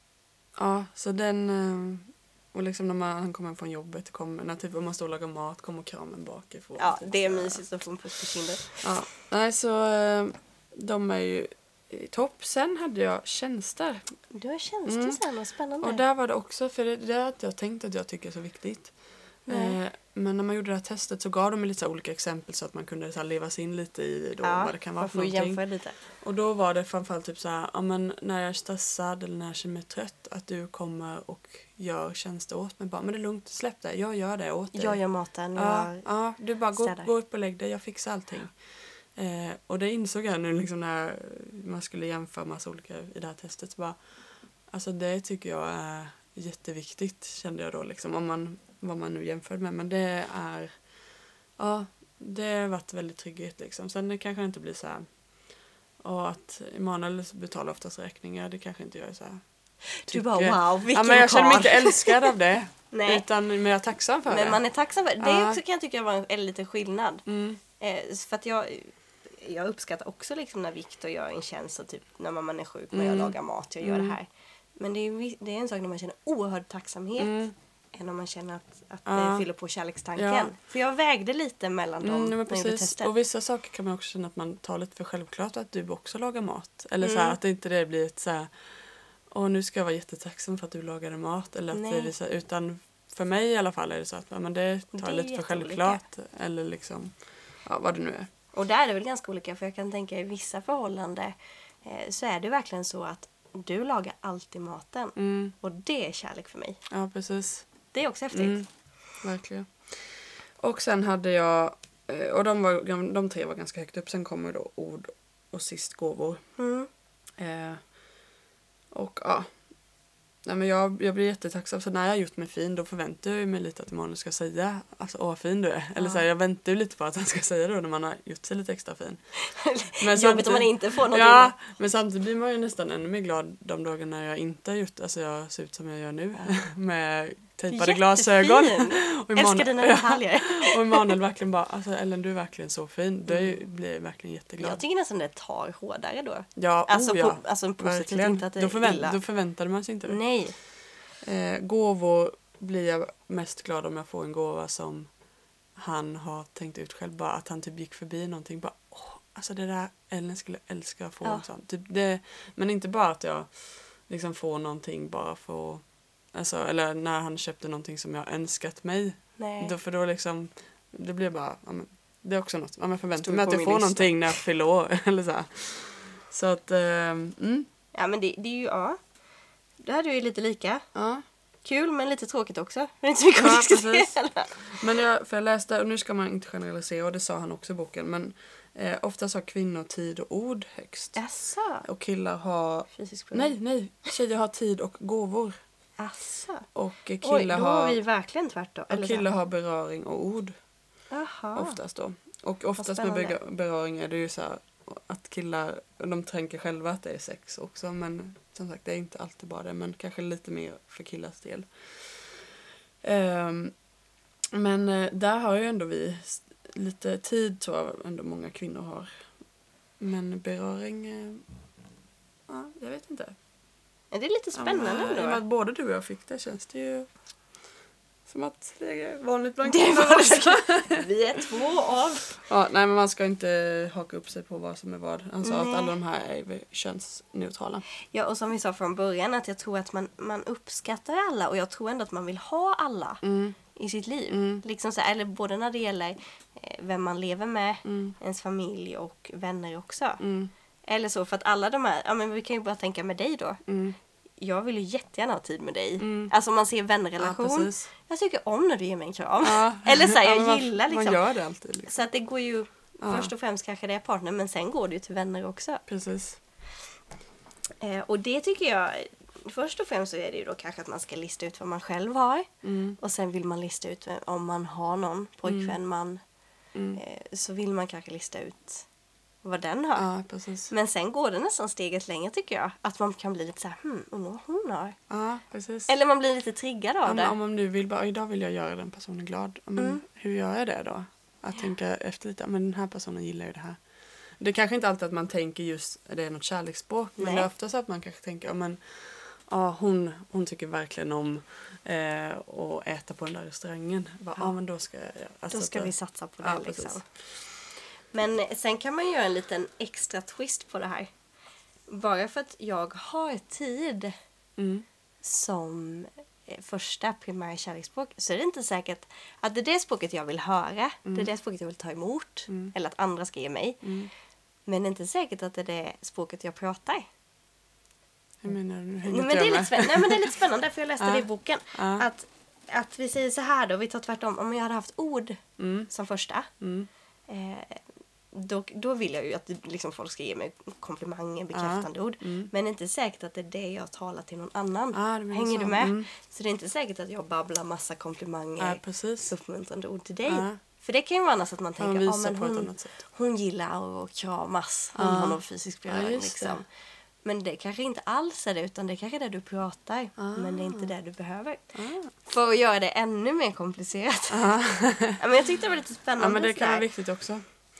ja, så den... ehm, och liksom när man, han kommer från jobbet, kommer, när typ, om man står och lagar mat, kommer kramen bakifrån. Ja, typ, det är så. mysigt att få en puss på kinden. Ja, nej så eh, de är ju i topp. Sen hade jag tjänster. Du har tjänster Mm. sen, vad spännande. Och där var det också, för det, det är att jag tänkte att jag tycker är så viktigt. Eh, men när man gjorde det här testet så gav de lite så olika exempel så att man kunde så här leva sig in lite i då, Ja, vad det kan vara man för får någonting. jämföra lite. Och då var det framförallt typ så här, ja men när jag är stressad eller när jag känner mig trött, att du kommer och gör tjänster åt mig. Bara, men det är lugnt, släpp det, jag gör det åt dig. Jag gör maten, Ja, jag ja du bara gå, städar. gå upp och lägg dig, jag fixar allting. Eh, och det insåg jag nu liksom när man skulle jämföra massa olika i det här testet. Så bara, alltså det tycker jag är jätteviktigt, kände jag då liksom, om man, vad man nu jämför med. Men det är, ja, det har varit väldigt trygghet liksom. Sen det kanske inte blir så här, och att Emanuel betalar oftast räkningar, det kanske inte jag är så här. Du bara wow, vilken ja, men jag känner mig karl. inte älskad av det. Nej. Utan men jag är tacksam för det. Men man är tacksam för det. Det Ja. också kan jag tycka var en, en liten skillnad. Mm. Eh, för att jag, jag uppskattar också liksom när Victor gör en tjänst och typ när man är sjuk, när jag Mm. lagar mat, jag gör Mm. det här. Men det är, ju- det är en sak när man känner oerhörd tacksamhet Mm. än om man känner att, att Ja. det fyller på kärlekstanken. Ja. För jag vägde lite mellan dem Mm, nej, när men jag gjorde precis. testet. Och vissa saker kan man också känna att man tar lite för självklart att du också lagar mat. Eller så här, Mm. att det inte det blir ett så här, åh nu ska jag vara jättetacksam för att du lagade mat. Eller att Nej. det blir så här, utan för mig i alla fall är det så att ja, men det tar Det jag är lite för jätteolika. självklart. Eller liksom, ja vad det nu är. Och där är det väl ganska olika, för jag kan tänka i vissa förhållanden eh, så är det verkligen så att du lagar alltid maten. Mm, Och det är kärlek för mig. ja precis. Det är också häftigt. Mm, verkligen. Och sen hade jag, eh, och de, var, de tre var ganska högt upp. Sen kommer då ord och sist gåvor. Mm. Eh, och ja, nej, men jag, jag blir jättetacksam. Så när jag har gjort mig fin då förväntar jag mig lite att Emanuel ska säga alltså åh vad fin du är. Eller Ja. så här, jag väntar ju lite på att han ska säga det då när man har gjort sig lite extra fin. Jobbigt om man inte får någonting. Ja, men samtidigt blir man ju nästan ännu mer glad de dagarna jag inte har gjort, alltså jag ser ut som jag gör nu med tejpade glasögon. Och Älskar dina detaljer. och Emanuel verkligen bara, alltså Ellen du är verkligen så fin. Då blir jag verkligen jätteglad. Jag tycker nästan det tar hårdare då. Ja, Alltså, oh, ja. po- alltså positivt, Verkligen. inte att det då, är förvänt- illa. då förväntade man sig inte det. Nej. Eh, gåvor blir jag mest glad om jag får en gåva som han har tänkt ut själv. Bara att han typ gick förbi någonting. Bara, åh, alltså det där Ellen skulle älska att få. Ja. En sån. Typ det, men inte bara att jag liksom får någonting bara för alltså, eller när han köpte någonting som jag önskat mig. Nej. Då, för då liksom, det blir bara, ja, men, det är också något. Ja, men förväntar Stod mig på att jag min får lista. någonting när jag fyller år. Eller så här. Så att, eh, mm, Ja, men det, det är ju, ja. Det hade ju lite lika. ja. Kul, men lite tråkigt också. Det är inte så mycket Ja, att diskutera. Men jag, för jag läste, och nu ska man inte generalisera, och det sa han också i boken, men eh, oftast har kvinnor tid och ord högst. Asså? Och killar har, Fysisk program. nej, nej, tjejer har tid och gåvor. Asså? Och eh, Oj, killar, då har har, vi verkligen tvärtom. och killar har beröring och ord. Jaha. Oftast då. Och oftast med spännande. bega- beröring är det ju så här att killar, de tänker själva att det är sex också, men som sagt det är inte alltid bara det, men kanske lite mer för killars del. Um, men eh, där har ju ändå vi s- lite tid, tror jag ändå många kvinnor har. Men beröring, eh, ja, jag vet inte. Är det lite spännande ja, men, i och med ändå? att både du och jag fick det känns det ju som att det är vanligt bland Det är kvinnor vanligt. också. Vi är två av... Ja, nej men man ska inte haka upp sig på vad som är vad. Han sa Nej. att alla de här är väl könsneutrala. Ja, och som vi sa från början, att jag tror att man, man uppskattar alla, och jag tror ändå att man vill ha alla Mm, i sitt liv. mm, Liksom så, eller både när det gäller eh, vem man lever med, mm, ens familj och vänner också. mm, Eller så, för att alla de här, ja men vi kan ju bara tänka med dig då. mm, Jag vill ju jättegärna ha tid med dig. mm. Alltså om man ser Ja, vänrelation. precis. Jag tycker om när du ger mig en kram. Ja. Eller så här, Ja, jag men man- gillar liksom. Man gör det alltid. Liksom. Så att det går ju, Ja. först och främst kanske det är partner, men sen går det ju till vänner också. Precis. Eh, och det tycker jag, först och främst så är det ju då kanske att man ska lista ut vad man själv har. Mm, Och sen vill man lista ut vem- om man har någon pojkvän, man. mm. Eh, så vill man kanske lista ut vad den har. Ja, precis. Men sen går det nästan steget längre tycker jag. Att man kan bli lite så här, hmm, undrar vad hon har. Ja, precis. Eller man blir lite triggad av om, det. om man nu vill bara, idag vill jag göra den personen glad. Men Mm. hur gör jag det då? Att tänka efter lite, men den här personen gillar ju det här. Det är kanske inte alltid att man tänker just, det är något kärleksspråk. Men Nej. det är ofta så att man kanske tänker, ja men ja, hon, hon tycker verkligen om eh, att äta på den där restaurangen. Bara, ja. men då ska jag alltså, Då ska att- vi satsa på det Ja, liksom. precis. Men sen kan man göra en liten extra twist på det här. Bara för att jag har tid Mm, som eh, första primära kärleksspråk, så är det inte säkert att det är det språket jag vill höra. Mm. Det är det språket jag vill ta emot. Mm. Eller att andra ska ge mig. Mm. Men det är inte säkert att det är det språket jag pratar. Hur menar du? Nu Nej, hänger men inte det är jag lite med. spännande. Nej, men det är lite spännande för jag läste Ja. det i boken. Ja. Att, att vi säger så här då, vi tar tvärtom. Om jag hade haft ord Mm. som första. Mm. Eh, då, då vill jag ju att liksom, folk ska ge mig komplimanger, bekräftande ord. Mm. Men det är inte säkert att det är det jag talar till någon annan. Ah, du menar Hänger så. du med? Mm. Så det är inte säkert att jag babblar massa komplimanger, Ja, precis. uppmuntrande ord till dig. Ja. För det kan ju vara annars att man Ja, man tänker, ja visar men på ett hon, annat sätt. hon gillar att kramas. Hon Ja. har någon fysisk beröring Ja, just liksom. det. Men det kanske inte alls är det, utan det kanske är det du pratar. Ah. Men det är inte det du behöver. Ah. För att göra det ännu mer komplicerat. Ah. Ja, men jag tyckte det var lite spännande. Ja, men det kan sådär. vara viktigt också.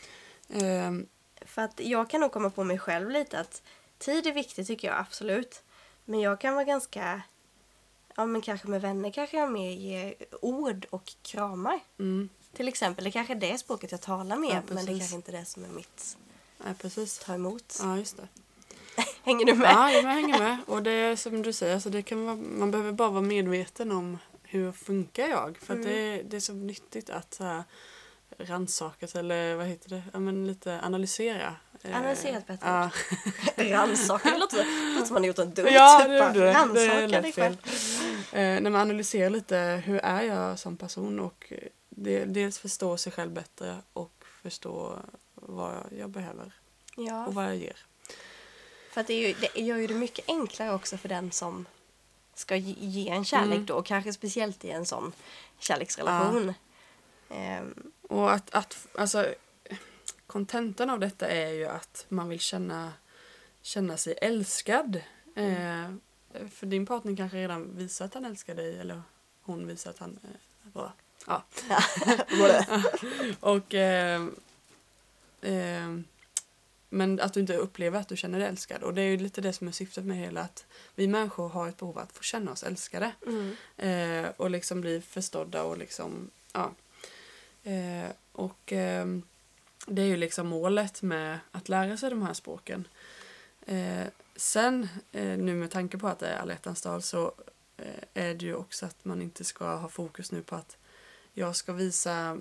Ehm, För att jag kan nog komma på mig själv lite att tid är viktigt tycker jag absolut. Men jag kan vara ganska, ja men kanske med vänner kanske jag mer ger ord och kramar. mm. Till exempel, det kanske är det språket jag talar med. Ja, men det precis. kanske inte är det som är mitt Ja, precis. ta emot. Ja, just det. Hänger du med? Ja, jag hänger med. Och det är som du säger, alltså det kan vara, man behöver bara vara medveten om hur funkar jag. För att Mm. det, det är så nyttigt att så här, rannsaka sig, eller vad heter det? Ja, men lite analysera. Eh, Analysera ett bättre ja. Rannsaka, det låter, det låter som man har gjort något dumt. Ja, typ det bara, gjorde det. Det är rannsaka dig lätt själv. fel. Eh, när man analyserar lite, hur är jag som person? Och eh, det, dels förstå sig själv bättre och förstå vad jag behöver Ja, och vad jag ger. för att det, är ju, det gör ju det mycket enklare också för den som ska ge- ge en kärlek Mm. då. Och kanske speciellt i en sån kärleksrelation. Ehm, Och att, att alltså, kontentan av detta är ju att man vill känna, känna sig älskad. Eh, för din partner kanske redan visar att han älskar dig, eller hon visar att han är bra. Ja. Och eh, eh, men att du inte upplever att du känner dig älskad. Och det är ju lite det som är syftet med hela, att vi människor har ett behov att få känna oss älskade. mm. Eh, och liksom bli förstådda och liksom, ja. Eh, och eh, det är ju liksom målet med att lära sig de här språken. Eh, sen, eh, nu med tanke på att det är alla hjärtans dag, så eh, är det ju också att man inte ska ha fokus nu på att jag ska visa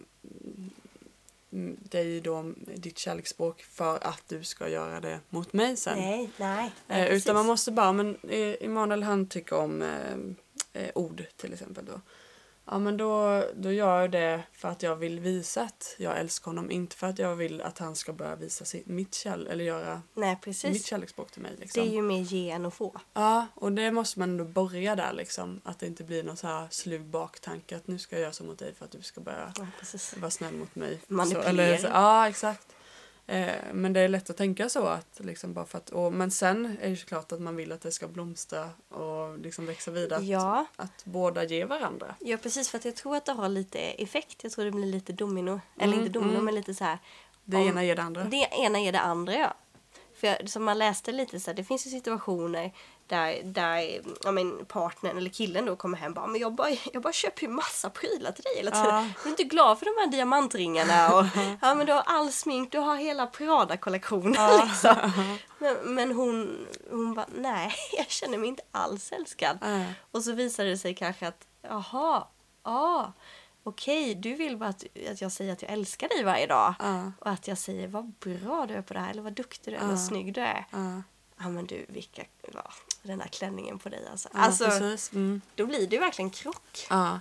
mm, dig då ditt kärleksspråk för att du ska göra det mot mig sen. Nej, nej. nej Eh, precis. utan man måste bara, men eh, Emanuel han tycker om eh, eh, ord till exempel då. Ja, men då, då gör jag det för att jag vill visa att jag älskar honom, inte för att jag vill att han ska börja visa sitt, mitt kärl eller göra Nej, mitt precis. kärleksspråk till mig. Liksom. Det är ju mer ge än att få. Ja, och det måste man ändå börja där liksom. Att det inte blir någon så här slug baktanke att nu ska jag göra så mot dig för att du ska börja Ja, precis. vara snäll mot mig. Manipulera. Så, eller, så, ja, exakt. Eh, men det är lätt att tänka så att liksom bara för att, och, men sen är det ju klart att man vill att det ska blomstra och liksom växa vidare. Att, Ja. att båda ger varandra. Ja, precis. För att jag tror att det har lite effekt. Jag tror det blir lite domino. Eller Mm, inte domino, mm. men lite så här. Det Om- ena ger det andra. Det ena är det andra, ja. För jag, som man läste lite så här, det finns ju situationer där, där ja, men partnern eller killen då kommer hem och bara, men jag bara, jag bara köper ju massa prylar till dig hela tiden. Ja. Du är inte glad för de här diamantringarna och ja, men du har all smink, du har hela Prada-kollektionen Ja. liksom. Men, men hon, hon bara, nej, jag känner mig inte alls älskad. Ja. Och så visar det sig kanske att, jaha, ja, okej, du vill bara att, att jag säger att jag älskar dig varje dag. Ja. Och att jag säger, vad bra du är på det här, eller vad duktig du är, Ja. vad snygg du är. Ja, Ja men du, vilka, ja, den där klänningen på dig alltså. ja alltså, precis. Mm. då blir det ju verkligen krock. Ja.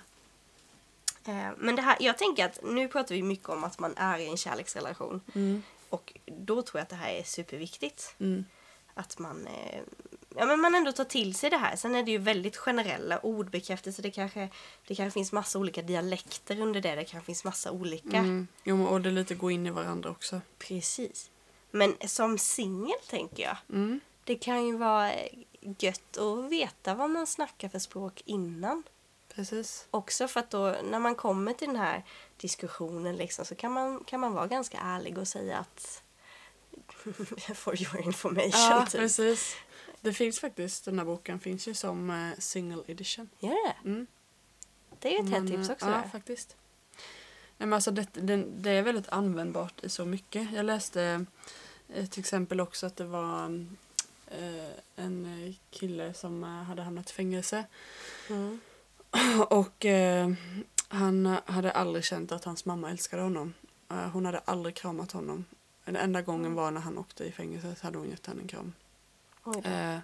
Eh, men det här, jag tänker att nu pratar vi mycket om att man är i en kärleksrelation. Mm. Och då tror jag att det här är superviktigt. Mm. Att man, eh, ja, men man ändå tar till sig det här. Sen är det ju väldigt generella ordbekräftelser. Det kanske, det kanske finns massa olika dialekter under det. Det kanske finns massa olika. Mm. Jo, och det är lite gå in i varandra också. Precis. Men som singel tänker jag. Mm. Det kan ju vara gött att veta vad man snackar för språk innan. Precis. Också för att då när man kommer till den här diskussionen liksom, så kan man, kan man vara ganska ärlig och säga att for your information. Ja, typ. precis. Det finns faktiskt, den här boken finns ju som uh, single edition. Gör det? Mm. Det är ju ett Men, helt tips också. Ja, där. faktiskt. Nej, men alltså det, det, det är väldigt användbart i så mycket. Jag läste eh, till exempel också att det var eh, en kille som eh, hade hamnat i fängelse. Mm. Och eh, han hade aldrig känt att hans mamma älskade honom. Eh, hon hade aldrig kramat honom. Den enda gången var när han åkte i fängelset hade hon gett henne en kram. Eh,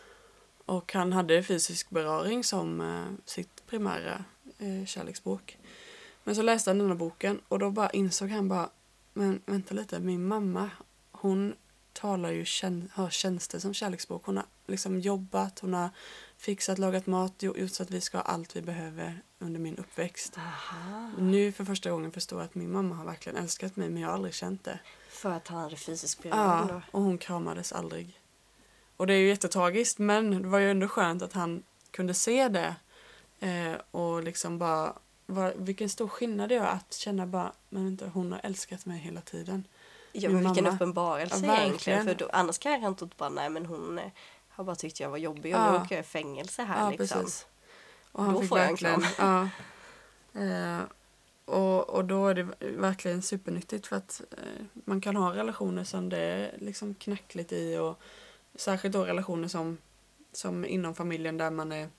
och han hade fysisk beröring som eh, sitt primära eh, kärleksspråk. Men så läste han den här boken och då bara insåg han bara, men vänta lite, min mamma, hon talar ju, har tjänster som kärleksspråk. Hon har liksom jobbat, hon har fixat, lagat mat, gjort så att vi ska ha allt vi behöver under min uppväxt. Aha. Nu för första gången förstår jag att min mamma har verkligen älskat mig, men jag har aldrig känt det. För att han hade fysisk beröring då? Ja, och hon kramades aldrig. Och det är ju jättetragiskt, men det var ju ändå skönt att han kunde se det. Eh, och liksom bara, var, vilken stor skillnad det är att känna bara, men inte, hon har älskat mig hela tiden. Ja, Min men vilken mamma. uppenbarelse Ja, egentligen. För då, annars kan jag inte bara, nej men hon eh, har bara tyckt jag var jobbig och Ja. nu åker jag i fängelse här Ja, liksom. precis. Och han Då fick får jag en verkligen, kram. ja. Eh, och, och då är det verkligen supernyttigt för att eh, man kan ha relationer som det är liksom knackligt i och särskilt då relationer som, som inom familjen där man är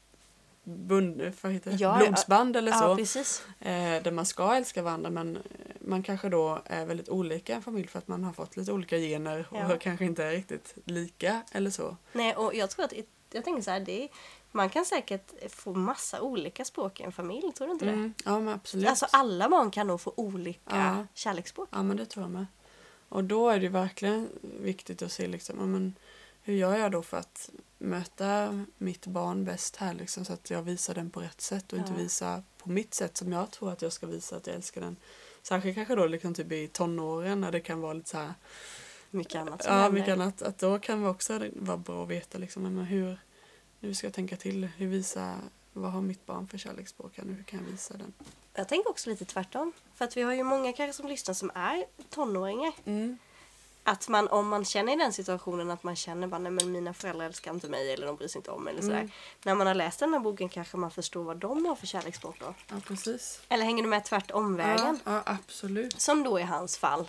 bund, vad heter det? Ja, blodsband eller så. Ja, precis. Eh, där man ska älska varandra men man kanske då är väldigt olika i en familj för att man har fått lite olika gener och Ja. kanske inte är riktigt lika eller så. Nej, och jag tror att, jag tänker så här, det är, man kan säkert få massa olika språk i en familj, tror du inte det? Mm, ja men absolut. Alltså alla barn kan nog få olika Ja. kärleksspråk. Ja men det tror jag med. Och då är det ju verkligen viktigt att se liksom, ja, men hur gör jag då för att möta mitt barn bäst här liksom, så att jag visar den på rätt sätt och Ja. inte visa på mitt sätt som jag tror att jag ska visa att jag älskar den. Särskilt kanske då liksom typ i tonåren när det kan vara lite så här. Mycket annat som Ja, händer. mycket annat. Att då kan det också vara bra att veta liksom, men hur, hur ska jag tänka till? Hur visa, vad har mitt barn för kärleksspråk här nu? Hur kan jag visa den? Jag tänker också lite tvärtom. För att vi har ju många kanske som lyssnar som är tonåringar. Mm. Att man, om man känner i den situationen att man känner bara, nej men mina föräldrar älskar inte mig eller de bryr sig inte om mig eller sådär. Mm. När man har läst den här boken kanske man förstår vad de har för kärleksspråk då. Ja, precis. Eller hänger du med tvärtomvägen? Ja, ja, absolut. Som då i hans fall.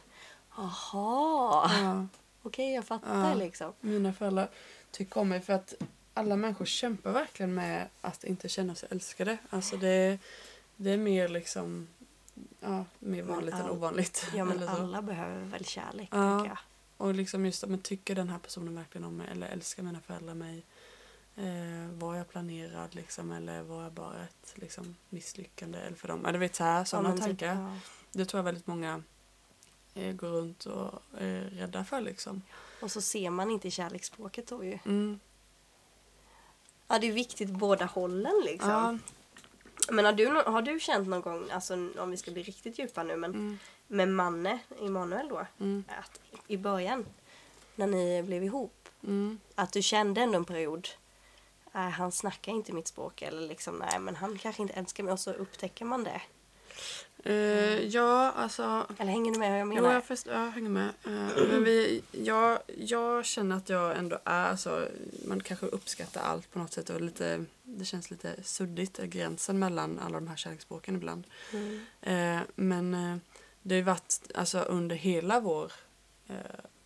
Jaha, Ja. okej jag fattar Ja. liksom. Mina föräldrar tycker om mig för att alla människor kämpar verkligen med att inte känna sig älskade. Alltså det, det är mer liksom, ja, mer vanligt all- än ovanligt. Ja men eller så. alla behöver väl kärlek, Ja. tänker jag. Och liksom just att man tycker den här personen verkligen om mig eller älskar mina föräldrar mig. Eh, var jag planerad liksom eller var jag bara ett liksom, misslyckande eller för dem. Eller vet så här, sådana Ja, men typ, tankar. ja. Det tror jag väldigt många eh, går runt och är rädda för liksom. Och så ser man inte kärleksspråket då ju. Mm. Ja, det är viktigt båda hållen liksom. Ja. Men har du, nå- har du känt någon gång, alltså om vi ska bli riktigt djupa nu, men Mm. med Manne, Emanuel då, Mm. att i början, när ni blev ihop, Mm. att du kände ändå en period, äh, han snackar inte mitt språk, eller liksom, nej men han kanske inte älskar mig, och så upptäcker man det. Eh, ja, alltså... Eller hänger du med hur jag menar? Jo, jag, först, jag hänger med. Eh, men vi, jag, jag känner att jag ändå är... Alltså, man kanske uppskattar allt på något sätt. Och lite, det känns lite suddigt, gränsen mellan alla de här kärleksspråken ibland. Mm. Eh, men eh, det har ju varit alltså, under hela vår eh,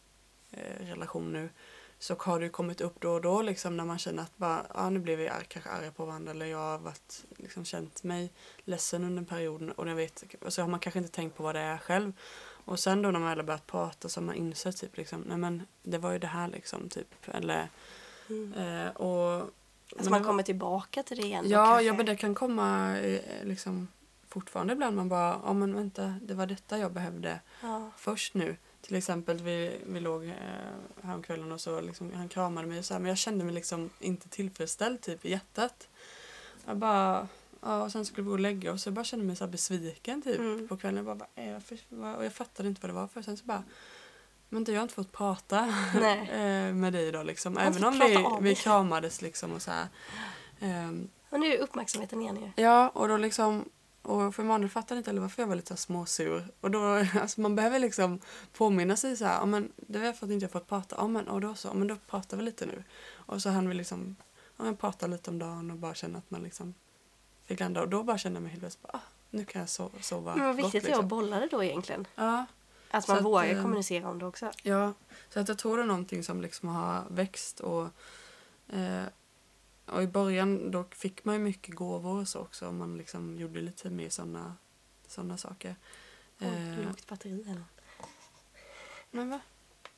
eh, relation nu. Så har det ju kommit upp då och då liksom, när man känner att bara, ja, nu blev vi ar- kanske arga på varandra. Eller jag har varit, liksom, känt mig ledsen under en period. Och, jag vet, och så har man kanske inte tänkt på vad det är själv. Och sen då när man väl har börjat prata så har man insett typ liksom, nej men det var ju det här liksom typ. Eller, Mm. eh, och, Alltså men man det- kommer tillbaka till det igen då, Ja, kanske. ja, men det kan komma eh, liksom fortfarande ibland. Man bara, ja men vänta, det var detta jag behövde Ja. först nu. Till exempel, vi, vi låg eh, häromkvällen och så liksom, han kramade mig och så här, men jag kände mig liksom inte tillfredsställd typ i hjärtat. Jag bara, ja, och sen skulle vi gå och lägga oss så jag bara kände mig så här besviken typ Mm. på kvällen. Jag bara, vad är jag för, vad, och jag fattade inte vad det var för. Sen så bara, men du, jag har inte fått prata Nej. eh, med dig då liksom. Jag har Även inte om vi, pratat av vi dig. kramades liksom och så här. Ehm, Men nu är uppmärksamheten igen ju. Ja, och då liksom, och för Emanuel fattade inte heller varför jag var lite så här småsur. Och då, alltså man behöver liksom påminna sig så här, ja men det var för att inte jag fått prata, ja men och då så, men då pratar vi lite nu. Och så han vill liksom, ja men prata lite om dagen och bara känna att man liksom fick landa. Och då bara kände jag mig helt plötsligt, ah, nu kan jag sova, sova Men vad gott, viktigt det är liksom. att bolla det då egentligen. Ja, Att Så man att, vågar eh, kommunicera om det också. ja. Så att jag tror det är någonting som liksom har växt och eh, och i början då fick man ju mycket gåvor och så också. Och man liksom gjorde lite mer sådana såna saker. Oj, Eh, lågt batteri eller? men va?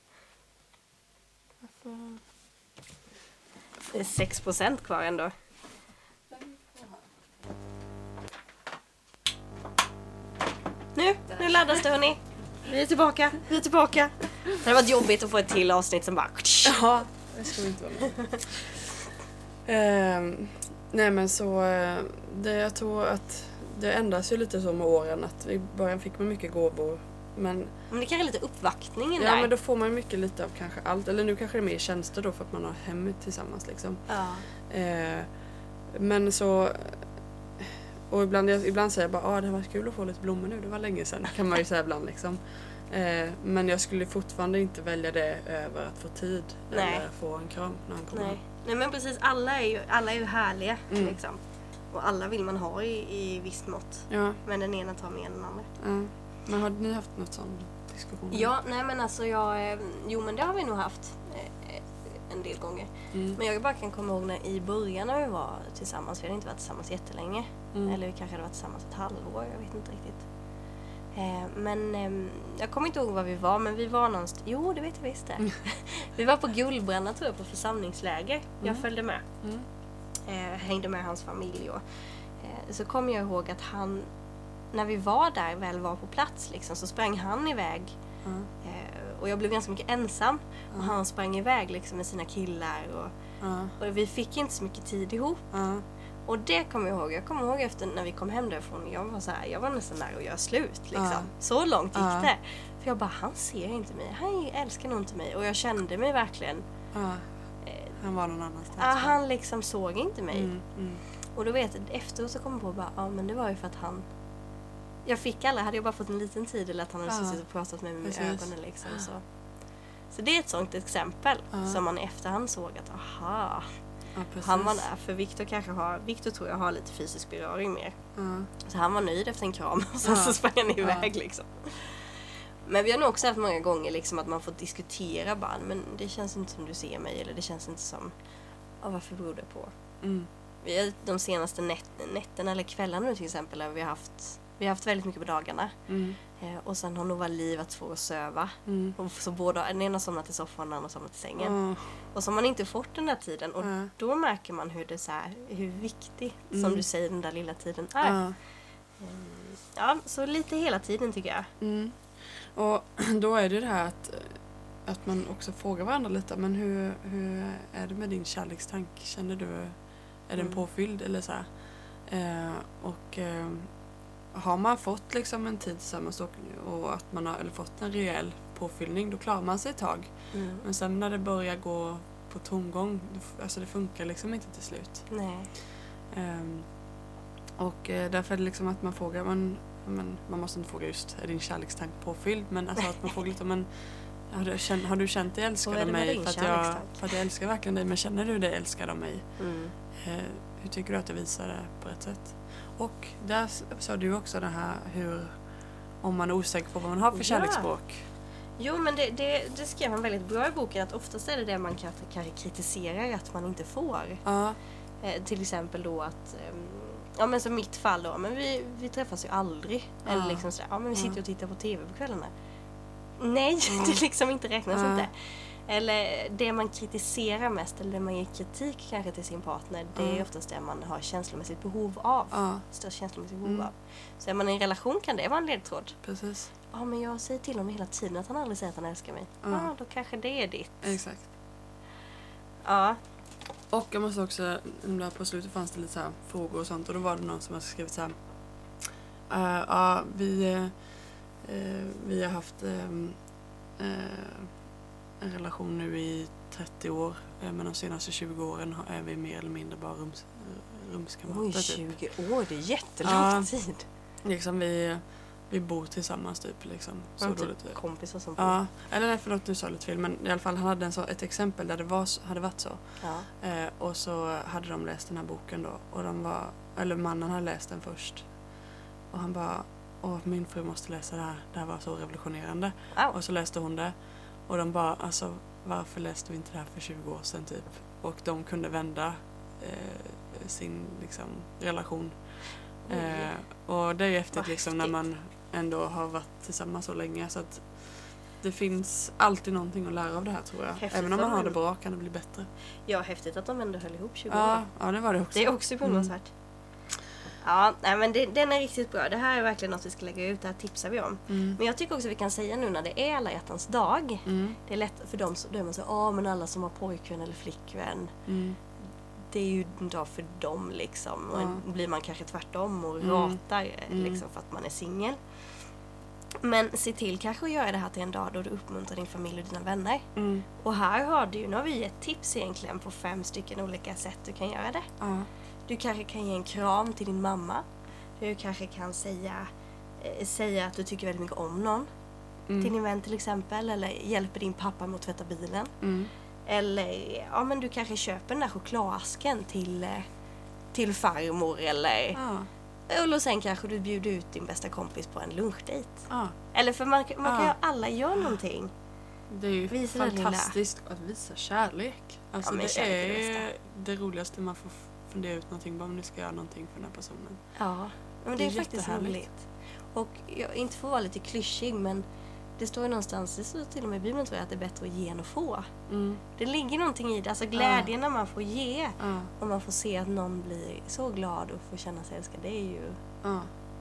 Varför? Det är sex procent kvar ändå. Nu, nu laddas det hörni. Vi är tillbaka, vi är tillbaka. Det har varit jobbigt att få ett till avsnitt som bara... Ja, det ska vi inte vara med. ehm, nej men så, eh, det, jag tror att det ändras ju lite så med åren. Att i början fick man mycket gåvor. Men, men det kanske är lite uppvaktningen ja, där. men då får man ju mycket lite av kanske allt. Eller nu kanske det är mer tjänster då för att man har hemmet tillsammans liksom. Ja. Eh, men så... Och ibland, jag, ibland säger jag bara, ah, det var kul att få lite blommor nu, det var länge sedan. Kan man ju säga ibland liksom. Eh, men jag skulle fortfarande inte välja det över att få tid. Nej. Eller få en kram när han kommer. Nej. Nej men precis, alla är ju, alla är ju härliga Mm. liksom. Och alla vill man ha i, i visst mått. Ja, Men den ena tar mer än den andra. ja. Men har ni haft något sån diskussion? Ja, nej men alltså jag... eh, Jo men det har vi nog haft eh, eh, en del gånger. Mm. Men jag bara kan komma ihåg när i början när vi var tillsammans. Vi hade inte varit tillsammans jättelänge. Mm. Eller vi kanske hade varit tillsammans ett halvår, jag vet inte riktigt. Eh, men eh, jag kommer inte ihåg var vi var, men vi var någonstans... Jo, det vet jag visst det. Mm. Vi var på Gullbränna tror jag, på församlingsläger. Jag Mm. följde med. Mm. Eh, hängde med hans familj. Och, eh, så kommer jag ihåg att han, när vi var där, väl var på plats liksom, så sprang han iväg. Mm. Eh, och jag blev ganska mycket ensam. Och Mm. han sprang iväg liksom, med sina killar. Och, Ja, och vi fick inte så mycket tid ihop. ja, Och det kommer jag ihåg. Jag kommer ihåg efter när vi kom hem därifrån. Jag var så här, jag var nästan nära att göra slut liksom. Ja. Så långt gick Ja. det. För jag bara, han ser inte mig. Han älskar nog inte mig. Och jag kände mig verkligen... ja. Eh, Han var någon annanstans. ah, han liksom såg inte mig. Mm, mm. Och då vet jag, efteråt så kom jag på bara, ja men det var ju för att han... Jag fick alla, hade jag bara fått en liten tid eller att han hade Ja. suttit och pratat med mig med Precis. ögonen liksom. Så. så det är ett sånt exempel Ja. som man i efterhand såg att, aha, Ja, precis. han var där. För Victor kanske har, Victor tror jag har lite fysisk beröring mer. Ja. Så han var nöjd efter en kram och sen Ja. så sprang han Ja. iväg liksom. Men vi har nog också haft många gånger liksom att man får diskutera bara, men det känns inte som du ser mig eller det känns inte som, ja varför beror det på? Mm. Vi har de senaste nät- nätterna eller kvällarna nu till exempel har vi haft, vi har haft väldigt mycket på dagarna. Mm. Eh, och sen har nog varit livet svår att söva. Mm. Och så båda, den ena somnat i soffan och den andra somnat i sängen. Ja. Och så har man inte fått den där tiden. Och Ja. då märker man hur det så här, hur viktig, Mm. som du säger, den där lilla tiden är. Ja. Ja, så lite hela tiden tycker jag. Mm. Och då är det det här att, att man också frågar varandra lite. Men hur, hur är det med din kärlekstank? Känner du, är den Mm. påfylld eller så här? Eh, och eh, har man fått liksom en tid tillsammans och, och att man har eller fått en rejäl påfyllning, då klarar man sig ett tag. Mm. Men sen när det börjar gå på tomgång, det, alltså det funkar liksom inte till slut. Nej. Um, och eh, därför är det liksom att man frågar, men, men man måste inte fråga just, är din kärlekstank påfylld? Men alltså att man frågar lite, men har du känt, har du känt dig älskad Och är av det med mig? din För att, jag, kärlekstank? för att jag älskar verkligen dig, men känner du dig älskad av mig? Mm. Eh, hur tycker du att jag visar det på ett sätt? Och där s- sa du också det här hur, om man är osäker på vad man har för Ja. kärleksspråk. Jo, men det, det, det skrev han väldigt bra i boken, att oftast är det det man kanske, kanske kritiserar att man inte får. Ja, Eh, till exempel då att, ehm, ja men som mitt fall då, men vi, vi träffas ju aldrig. Ja. Eller liksom sådär, ja men vi sitter Ja. och tittar på tv på kvällarna. Nej, Ja. det liksom inte räknas Ja. inte. Eller det man kritiserar mest, eller det man ger kritik kanske till sin partner, det är Ja. oftast det man har känslomässigt behov av. ja, Störst känslomässigt behov Mm. av. Så är man i en relation kan det vara en ledtråd. precis. Ja, men jag säger till honom hela tiden att han aldrig säger att han älskar mig. Ja, Ja. då kanske det är ditt. Exakt. Ja. Och jag måste också, där på slutet fanns det lite så här frågor och sånt, och då var det någon som har skrivit så här. "Eh, ja, vi, eh, vi har haft ehm, eh, en relation nu i trettio år, eh, men de senaste tjugo åren har- är vi mer eller mindre bara rums, eh, rumskamrater. Oj, typ. tjugo år, det är jättelång Ja. tid. Liksom vi, vi bor tillsammans typ. Liksom. Så Så dåligt. typ kompisar som Ja, eller nej, förlåt, nu sa jag lite fel, men i alla fall han hade en så, ett exempel där det var, så- hade varit så. Ja. Eh, och så hade de läst den här boken då. Och de var, eller mannen hade läst den först. Och han bara, åh min fru måste läsa det här. Det här var så revolutionerande. Wow. Och så läste hon det. Och de bara, alltså varför läste vi inte det här för tjugo år sedan typ? Och de kunde vända eh, sin liksom, relation. Mm. Eh, och det är ju häftigt Vad liksom, när häftigt. man ändå har varit tillsammans så länge. Så att det finns alltid någonting att lära av det här tror jag. Häftigt Även om man att har man- det bra kan det bli bättre. Ja, häftigt att de ändå höll ihop tjugo Ja, år. ja, det var det också. Det är också beundransvärt. Ja, nej, men det, den är riktigt bra. Det här är verkligen något vi ska lägga ut. Det här tipsar vi om. Mm. Men jag tycker också vi kan säga nu när det är alla hjärtans dag. Mm. Det är lätt för dem som, då är man så, ja men alla som har pojkvän eller flickvän. Mm. Det är ju en dag för dem liksom. Och Ja. blir man kanske tvärtom och Mm. ratar Mm. liksom för att man är singel. Men se till kanske att göra det här till en dag då du uppmuntrar din familj och dina vänner. Mm. Och här har du, nu har vi gett tips egentligen på fem stycken olika sätt du kan göra det. Ja. Du kanske kan ge en kram till din mamma. Du kanske kan säga, eh, säga att du tycker väldigt mycket om någon. Mm. Till din vän till exempel. Eller hjälper din pappa med att tvätta bilen. Mm. Eller ja, men du kanske köper den där chokladasken till, eh, till farmor. Eller, Ja. eller sen kanske du bjuder ut din bästa kompis på en lunchdate. Ja. Eller för man, man kan Ja. ju alla göra någonting. Det är ju Visa det lilla. fantastiskt att visa kärlek. Alltså Ja, men det kärlek är det är bästa. det roligaste man får fundera ut någonting. Bara om ni ska göra någonting för den här personen. Ja, men det, Det är, är faktiskt jättehärligt. roligt. Och jag, inte för att vara lite klyschig, men det står ju någonstans, det står till och med i Bibeln tror jag, att det är bättre att ge än att få. Mm. Det ligger någonting i det, alltså glädjen när man får ge Ja. och man får se att någon blir så glad och får känna sig älskad, det är ju, Ja.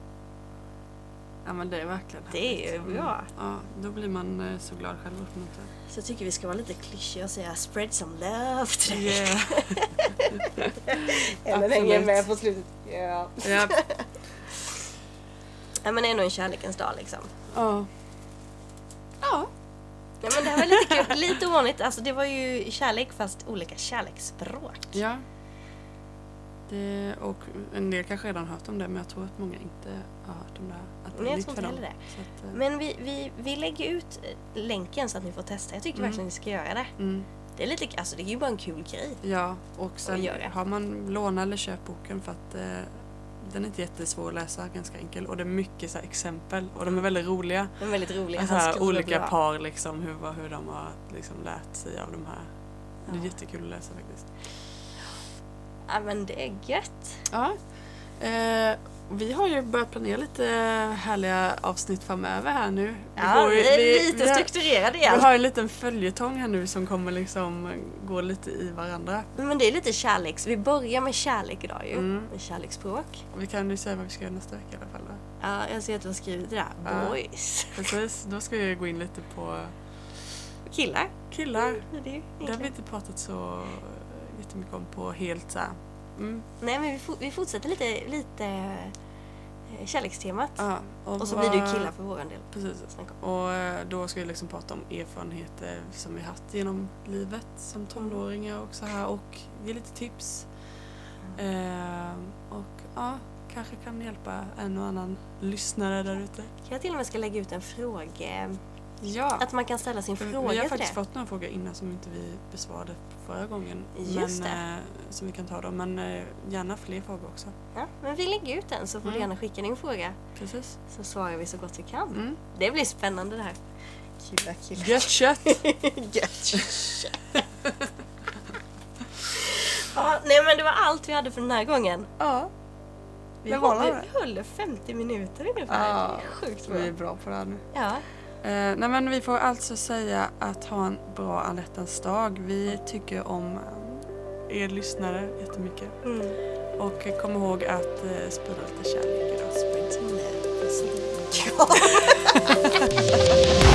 Ja men det är verkligen det är ju härligt. bra. Mm. Ja, då blir man eh, så glad själv uppmuntrad. Så jag tycker vi ska vara lite klyschiga och säga spread some love till dig. Yeah. Eller Absolut. hänger med på slutet. Ja. Ja. Ja, men det är nog en kärlekens dag liksom. Ja. Ja. Ja, men det här var lite kul, lite ovanligt. Alltså det var ju kärlek fast olika kärleksspråk. Ja. Det, och en del kanske redan hört om det, men jag tror att många inte har hört om det här. Att det Nej, är jag nytt tror för inte dem. heller det. Så att, eh, Men vi, vi, vi lägger ut eh, länken så att ni får testa. Jag tycker Mm. verkligen ni ska göra det. mm. Det är lite, alltså det är ju bara en kul grej. Ja, och sen gör det. har man låna eller köpt boken för att eh, den är inte jättesvår att läsa, ganska enkel. Och det är mycket så här, exempel och de är väldigt roliga. Den är väldigt rolig. Alltså, Han här, skriver olika bra. par liksom, hur, vad- hur de har liksom, lärt sig av de här. Det är Ja. jättekul att läsa faktiskt. Ja, men det är gött. Ja. Eh, vi har ju börjat planera lite härliga avsnitt framöver här nu. Vi Ja, går ju- vi är vi- lite vi har- strukturerade Vi igen. har en liten följetong här nu som kommer liksom gå lite i varandra. Men det är lite kärleks... Vi börjar med kärlek idag ju. Mm. Med kärleksspråk. Vi kan ju säga vad vi ska göra nästa vecka i alla fall. Va? Ja, jag ser att du har skrivit det där. Ja. Boys. Precis, då ska vi gå in lite på Killar. killar. Det är ju Det har vi egentligen- inte pratat så jättemycket om på helt så här. Mm. Nej, men vi, fo- vi fortsätter lite, lite eh, kärlekstemat. Ja, Och så vad- blir det ju killar för våran del. Precis. Snacka om. Och eh, då ska vi liksom prata om erfarenheter som vi haft genom livet som tonåringar och så här och ge lite tips. Eh, och ja, kanske kan hjälpa en och annan lyssnare där ute. Jag till och med ska lägga ut en fråga. Ja, Att man kan ställa sin för fråga vi har till faktiskt det. fått några frågor innan som inte vi besvarade förra gången. Just men, det. Eh, som vi kan ta då, men eh, gärna fler frågor också. Ja, men vi lägger ut den så får du Mm. gärna skicka din fråga. Precis. Så svarar vi så gott vi kan. Mm. Det blir spännande det här. Killa, killa. Gött kött! Gött. Ja, nej men det var allt vi hade för den här gången. Ja, Vi, Det var håller, det. vi håller femtio minuter ungefär. Ja, Det är sjukt bra. vi är bra på det här nu. Ja, Eh, nej men vi får alltså säga att ha en bra alla hjärtans dag. Vi tycker om eh, er lyssnare jättemycket. mm. Och eh, kom ihåg att eh, sprida lite kärlek idag. Spread some love. Ja.